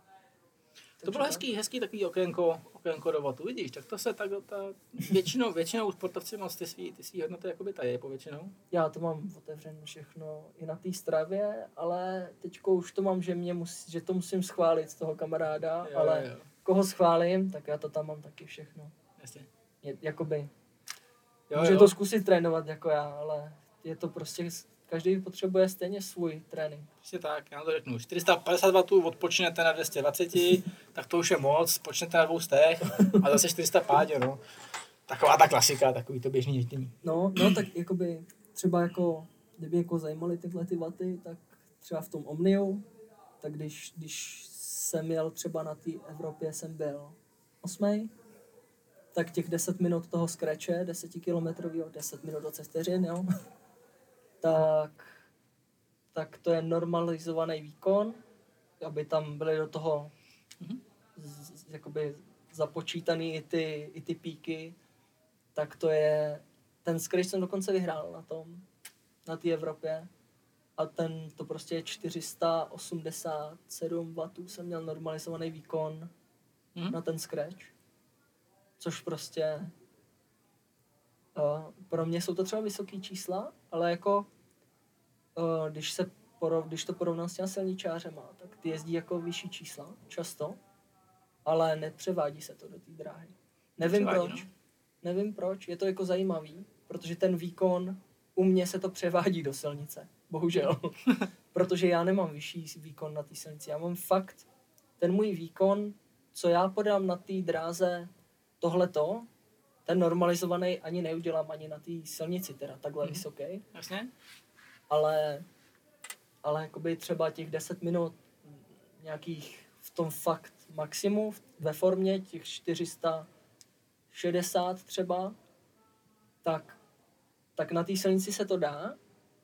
To bylo hezký, hezký takový okénko, okénko do vatu, vidíš, tak to se tak, tak většinou, většinou sportovci moc ty svý, ty svý hodnoty jakoby tají povětšinou. Já to mám otevřeno všechno i na té stravě, ale teďko už to mám, že, mě musí, že to musím schválit z toho kamaráda, jo, ale jo. Koho schválím, tak já to tam mám taky všechno. Jasně. Je, jakoby, jo, může jo. to zkusit trénovat jako já, ale je to prostě, každý potřebuje stejně svůj trénink. Prostě tak, já to řeknu, čtyři sta padesát wattů odpočnete na dvě stě dvacet, tak to už je moc, počnete na dvou stech a zase čtyři sta pádě, no. Taková ta klasika, takový to běžný ježdění. No, no, tak jakoby třeba jako, kdyby jako zajímaly tyhle ty vaty, tak třeba v tom Omniu, tak když, když jsem jel třeba na té Evropě, jsem byl osmej, tak těch deset minut toho scratche, desetikilometrovýho, deset minut dvacet vteřin, jo, tak, tak to je normalizovaný výkon, aby tam byly do toho z, z, jakoby započítaný i ty, i ty píky, tak to je, ten scratch jsem dokonce vyhrál na tom, na té Evropě a ten, to prostě je čtyři sta osmdesát sedm wattů jsem měl normalizovaný výkon mm. na ten scratch, což prostě uh, pro mě jsou to třeba vysoké čísla, ale jako uh, když se porov, když to porovnám s těma silničářema, tak ty jezdí jako vyšší čísla, často, ale nepřevádí se to do té dráhy. Nevím proč, nevím proč, je to jako zajímavý, protože ten výkon, u mě se to převádí do silnice, bohužel, protože já nemám vyšší výkon na té silnici, já mám fakt, ten můj výkon, co já podám na té dráze, tohleto, ten normalizovaný ani neudělám ani na té silnici, teda takhle mm. vysoký. Jasně. Ale, ale jakoby třeba těch deset minut nějakých v tom fakt maximu, ve formě těch čtyři sta šedesát třeba, tak, tak na té silnici se to dá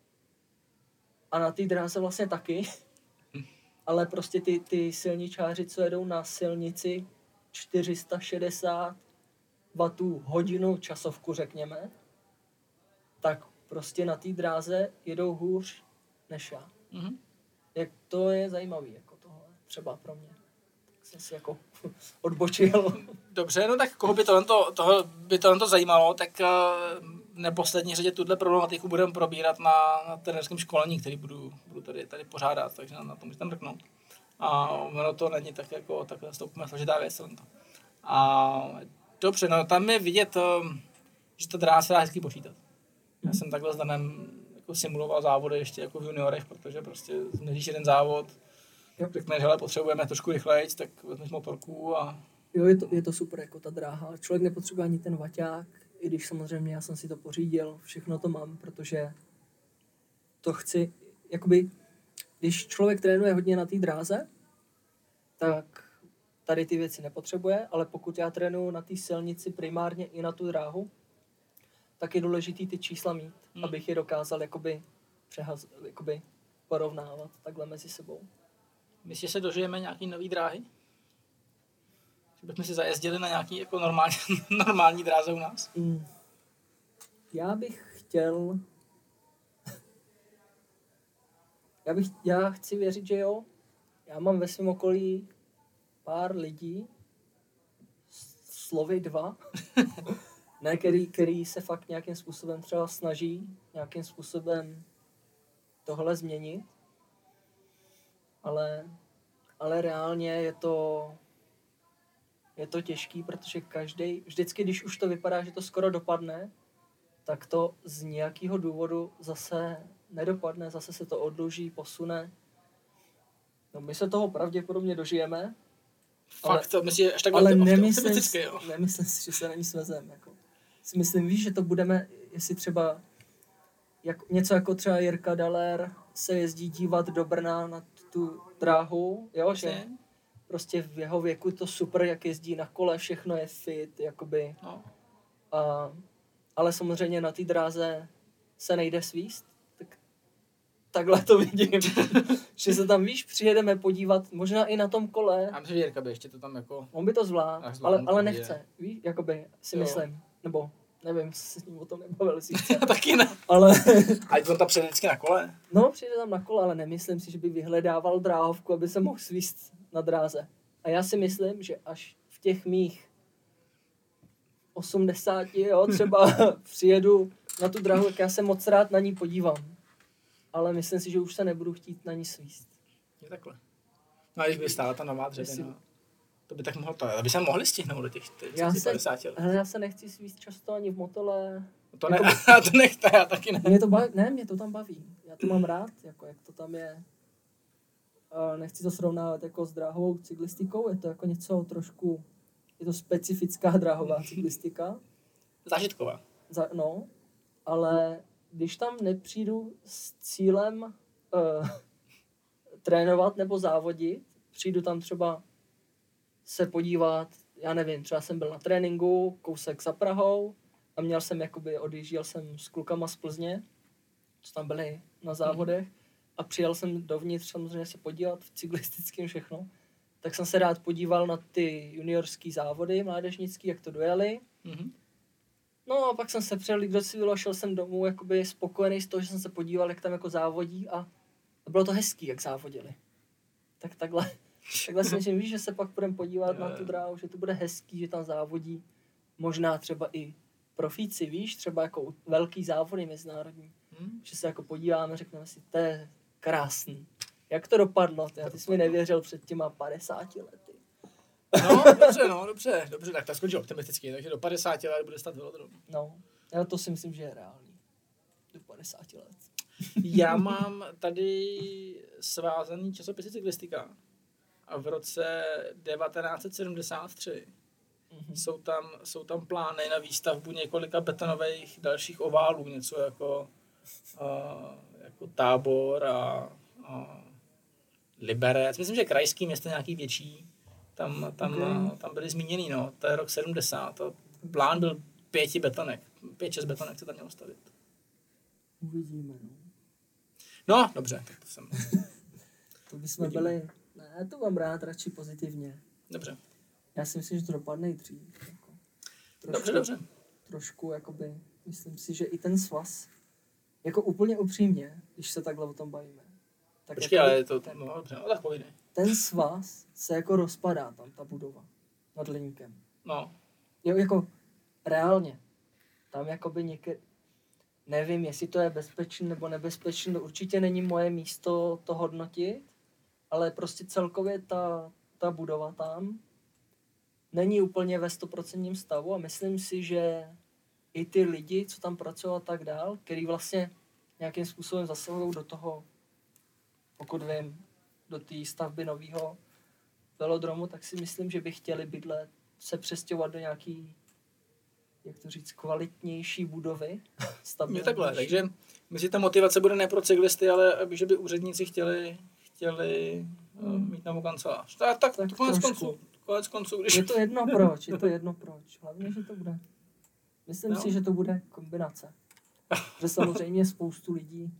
a na té dráze vlastně taky, ale prostě ty, ty silničáři, co jedou na silnici čtyři sta šedesát wattů hodinu časovku, řekněme, tak prostě na té dráze jedou hůř než já. Mm-hmm. Jak to je zajímavý, jako tohle, třeba pro mě. Tak jsem si jako odbočil. Dobře, no tak koho by to, toho by to zajímalo, tak v neposlední řadě tuhle problematiku budeme probírat na, na trenérském školení, který budu, budu tady, tady pořádat, takže na, na tom můžete mrknout. A ono to není tak jako takhle stoupíme složitá věc. A dobře, no tam je vidět, že ta dráha se dá hezky počítat. Já jsem takhle s Danem jako simuloval závody ještě jako v juniorech, protože prostě neříš jeden závod, řekneš, hele, potřebujeme trošku rychlejc, tak vezmeš motorku a... Jo, je to, je to super, jako ta dráha. Člověk nepotřebuje ani ten vaťák, i když samozřejmě já jsem si to pořídil, všechno to mám, protože to chci, jakoby, když člověk trénuje hodně na té dráze, tak tady ty věci nepotřebuje, ale pokud já trénuju na té silnici primárně i na tu dráhu, tak je důležitý ty čísla mít, hmm. abych je dokázal jakoby, přehaz, jakoby porovnávat takhle mezi sebou. Myslíš, že se dožijeme nějaký nový dráhy? Že bychom si zajezdili na nějaký jako normální, normální dráze u nás? Hmm. Já bych chtěl... já, bych, já chci věřit, že jo. Já mám ve svém okolí pár lidí, slovy dva, ne, který, který se fakt nějakým způsobem třeba snaží nějakým způsobem tohle změnit, ale, ale reálně je to, je to těžký, protože každý, vždycky, když už to vypadá, že to skoro dopadne, tak to z nějakého důvodu zase nedopadne, zase se to odloží, posune. No, my se toho pravděpodobně dožijeme, Fakt, ale, myslí, až ale nemyslím, nemyslím si, že se na ní svezem. Jako. Si myslím, víš, že to budeme, jestli třeba jak, něco jako třeba Jirka Daler se jezdí dívat do Brna na tu dráhu, jo, že, prostě v jeho věku to super, jak jezdí na kole, všechno je fit, jakoby. No. A, ale samozřejmě na té dráze se nejde svíst, tak takhle to vidím. Že se tam, víš, přijedeme podívat, možná i na tom kole. A myslím, že Jirka by ještě to tam jako... On by to zvládl, ale, ale nechce, víš, jakoby si jo. myslím, nebo nevím, se s ním o tom nebavil, jestli chce. Taky ne. Ale... A on tam přijde vždycky na kole? No, přijde tam na kole, ale nemyslím si, že by vyhledával dráhovku, aby se mohl svíst na dráze. A já si myslím, že až v těch mých osmdesáti, jo, třeba přijedu na tu dráhu, tak já se moc rád na ní podívám. Ale myslím si, že už se nebudu chtít na ní svíst. Je takhle. No a když by stála ta nová dřevina, to by tak mohlo to, aby se mohli stihnout do těch padesáti let. Ale já se nechci svíst často ani v motole. To, ne, jako, to nechte, já taky ne. Mě to baví, ne, mě to tam baví. Já to mám rád, jako jak to tam je. A nechci to srovnávat jako s dráhovou cyklistikou, je to jako něco trošku, je to specifická dráhová cyklistika. Zážitková. Za, no, ale když tam nepřijdu s cílem uh, trénovat nebo závodit, přijdu tam třeba se podívat, já nevím, třeba jsem byl na tréninku, kousek za Prahou a měl jsem jakoby, odjížděl jsem s klukama z Plzně, co tam byli na závodech a přijel jsem dovnitř samozřejmě se podívat v cyklistickém všechno, tak jsem se rád podíval na ty juniorský závody mládežnický, jak to dojeli. Mm-hmm. No a pak jsem se přelík do civilu a šel jsem domů jakoby spokojený z toho, že jsem se podíval, jak tam jako závodí a bylo to hezký, jak závodili. Tak takhle, takhle si myslím, víš, že se pak budeme podívat na tu dráhu, že to bude hezký, že tam závodí možná třeba i profíci, víš, třeba jako velký závody mezinárodní. Hmm. Že se jako podíváme, řekneme si, to je krásný. Jak to dopadlo? Ty, ty jsi mi nevěřil před těma padesáti lety. No, dobře, no, dobře, dobře, tak to skončil optimisticky, takže do padesáti let bude stát velodrom. No, já to si myslím, že je reálný. Do padesáti let. Já mám tady svázaný časopisy cyklistika a v roce devatenáct set sedmdesát tři mm-hmm. jsou, tam, jsou tam plány na výstavbu několika betonových dalších oválů, něco jako, uh, jako Tábor a, a Liberec. Myslím, že krajský město nějaký větší. Tam, tam, okay. tam byly zmíněný, no, to je rok sedmdesát. A plán byl pěti betonek, pět, šest betonek se tam mělo stavit. Uvidíme, no. No, dobře, tak to jsem. To bychom Uvidíme. byli, ne, to mám rád radši pozitivně. Dobře. Já si myslím, že to dopadne i dřív. Jako. Trošku, dobře, dobře. Trošku, jakoby, myslím si, že i ten svaz, jako úplně upřímně, když se takhle o tom bavíme. Tak Počkej, jako ale je to, ten, no dobře, no tak povídej. Ten svaz se jako rozpadá tam, ta budova, nad Hliníkem. No. Jo, jako reálně. Tam jakoby někde, nevím, jestli to je bezpečné nebo nebezpečné, určitě není moje místo to hodnotit, ale prostě celkově ta, ta budova tam není úplně ve stoprocentním stavu a myslím si, že i ty lidi, co tam pracují a tak dál, který vlastně nějakým způsobem zasahují do toho, pokud vím, do té stavby nového velodromu, tak si myslím, že by chtěli bydlet, se přestěhovat do nějaký, jak to říct, kvalitnější budovy. Je takhle, takže myslím, ta motivace bude ne pro cyklisty, ale že by úředníci chtěli, chtěli hmm. mít novou kancelář. Tak, tak, tak konec konců. Konec konců když... Je to jedno proč, je to jedno proč. Hlavně, že to bude. Myslím no. si, že to bude kombinace. Že samozřejmě spoustu lidí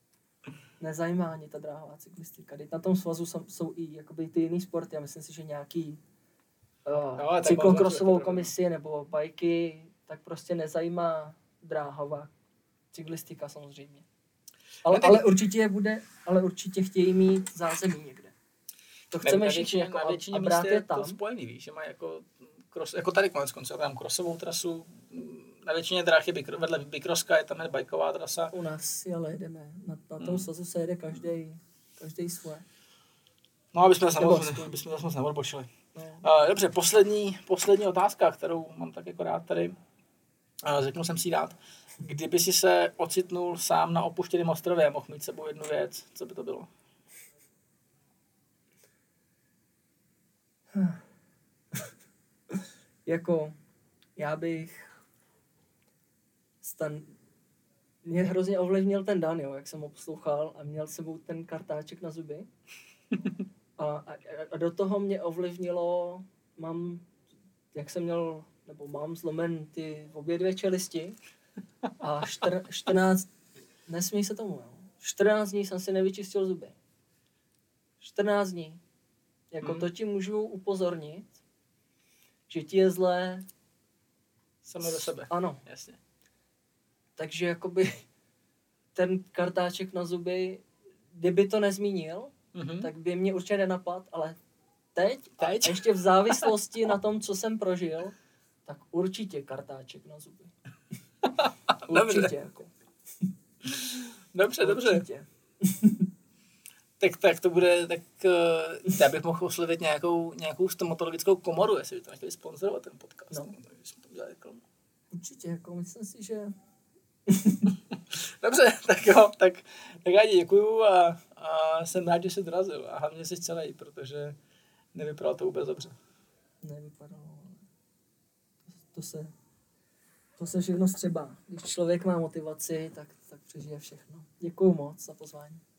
nezajímá ani ta dráhová cyklistika. Teď na tom svazu jsou i jakoby ty jiný sporty a myslím si, že nějaký uh, no, cyklokrosovou komisi nebo bajky, tak prostě nezajímá dráhová cyklistika samozřejmě. Ale, ale určitě bude, ale určitě chtějí mít zázemí někde. To chceme všichni jako a, a brát je tam. To spojený, víš, že má jako, cross, jako tady konec konců, tam crossovou trasu, na většině dráh je bikro, vedle bikroska, je tam hned bajková trasa. U nás si ale jedeme, na, na tom hmm. svazu se jede každý, každý svoje. No, aby jsme zase moc neodbočili. No. Uh, dobře, poslední, poslední otázka, kterou mám tak jako rád tady, uh, řeknu jsem si rád. Kdyby si se ocitnul sám na opuštěném ostrově, mohl mít s sebou jednu věc, co by to bylo? Jako, já bych stan... Mě hrozně ovlivnil ten Dan, jo, jak jsem ho poslouchal a měl s sebou ten kartáček na zuby. A, a, a do toho mě ovlivnilo, mám, jak jsem měl, nebo mám zlomen ty obě dvě čelisti a čtr, čtrnáct, nesmí se tomu, jo. čtrnáct dní jsem si nevyčistil zuby. čtrnáct dní. Jako hmm. to ti můžu upozornit, že ti je zlé. Samo do sebe. Ano. Jasně. Takže jakoby ten kartáček na zuby, kdyby to nezmínil, mm-hmm. tak by mě určitě nenapadl, ale teď, teď? A ještě v závislosti na tom, co jsem prožil, tak určitě kartáček na zuby. Určitě. Dobře. Jako. Dobře, dobře. Určitě. Tak, tak to bude, tak uh, já bych mohl oslovit nějakou, nějakou stomatologickou komoru, jestli by to nechtěli sponzorovat ten podcast. No. No, takže jsme to udělali reklamu. Určitě, jako myslím si, že... Dobře, tak jo, tak, tak já ti děkuju a, a jsem rád, že jsi dorazil a hlavně jsi celý, protože nevypadalo to vůbec dobře. Nevypadalo, ale to se, to se všechno střebá. Když člověk má motivaci, tak, tak přežije všechno. Děkuju moc za pozvání.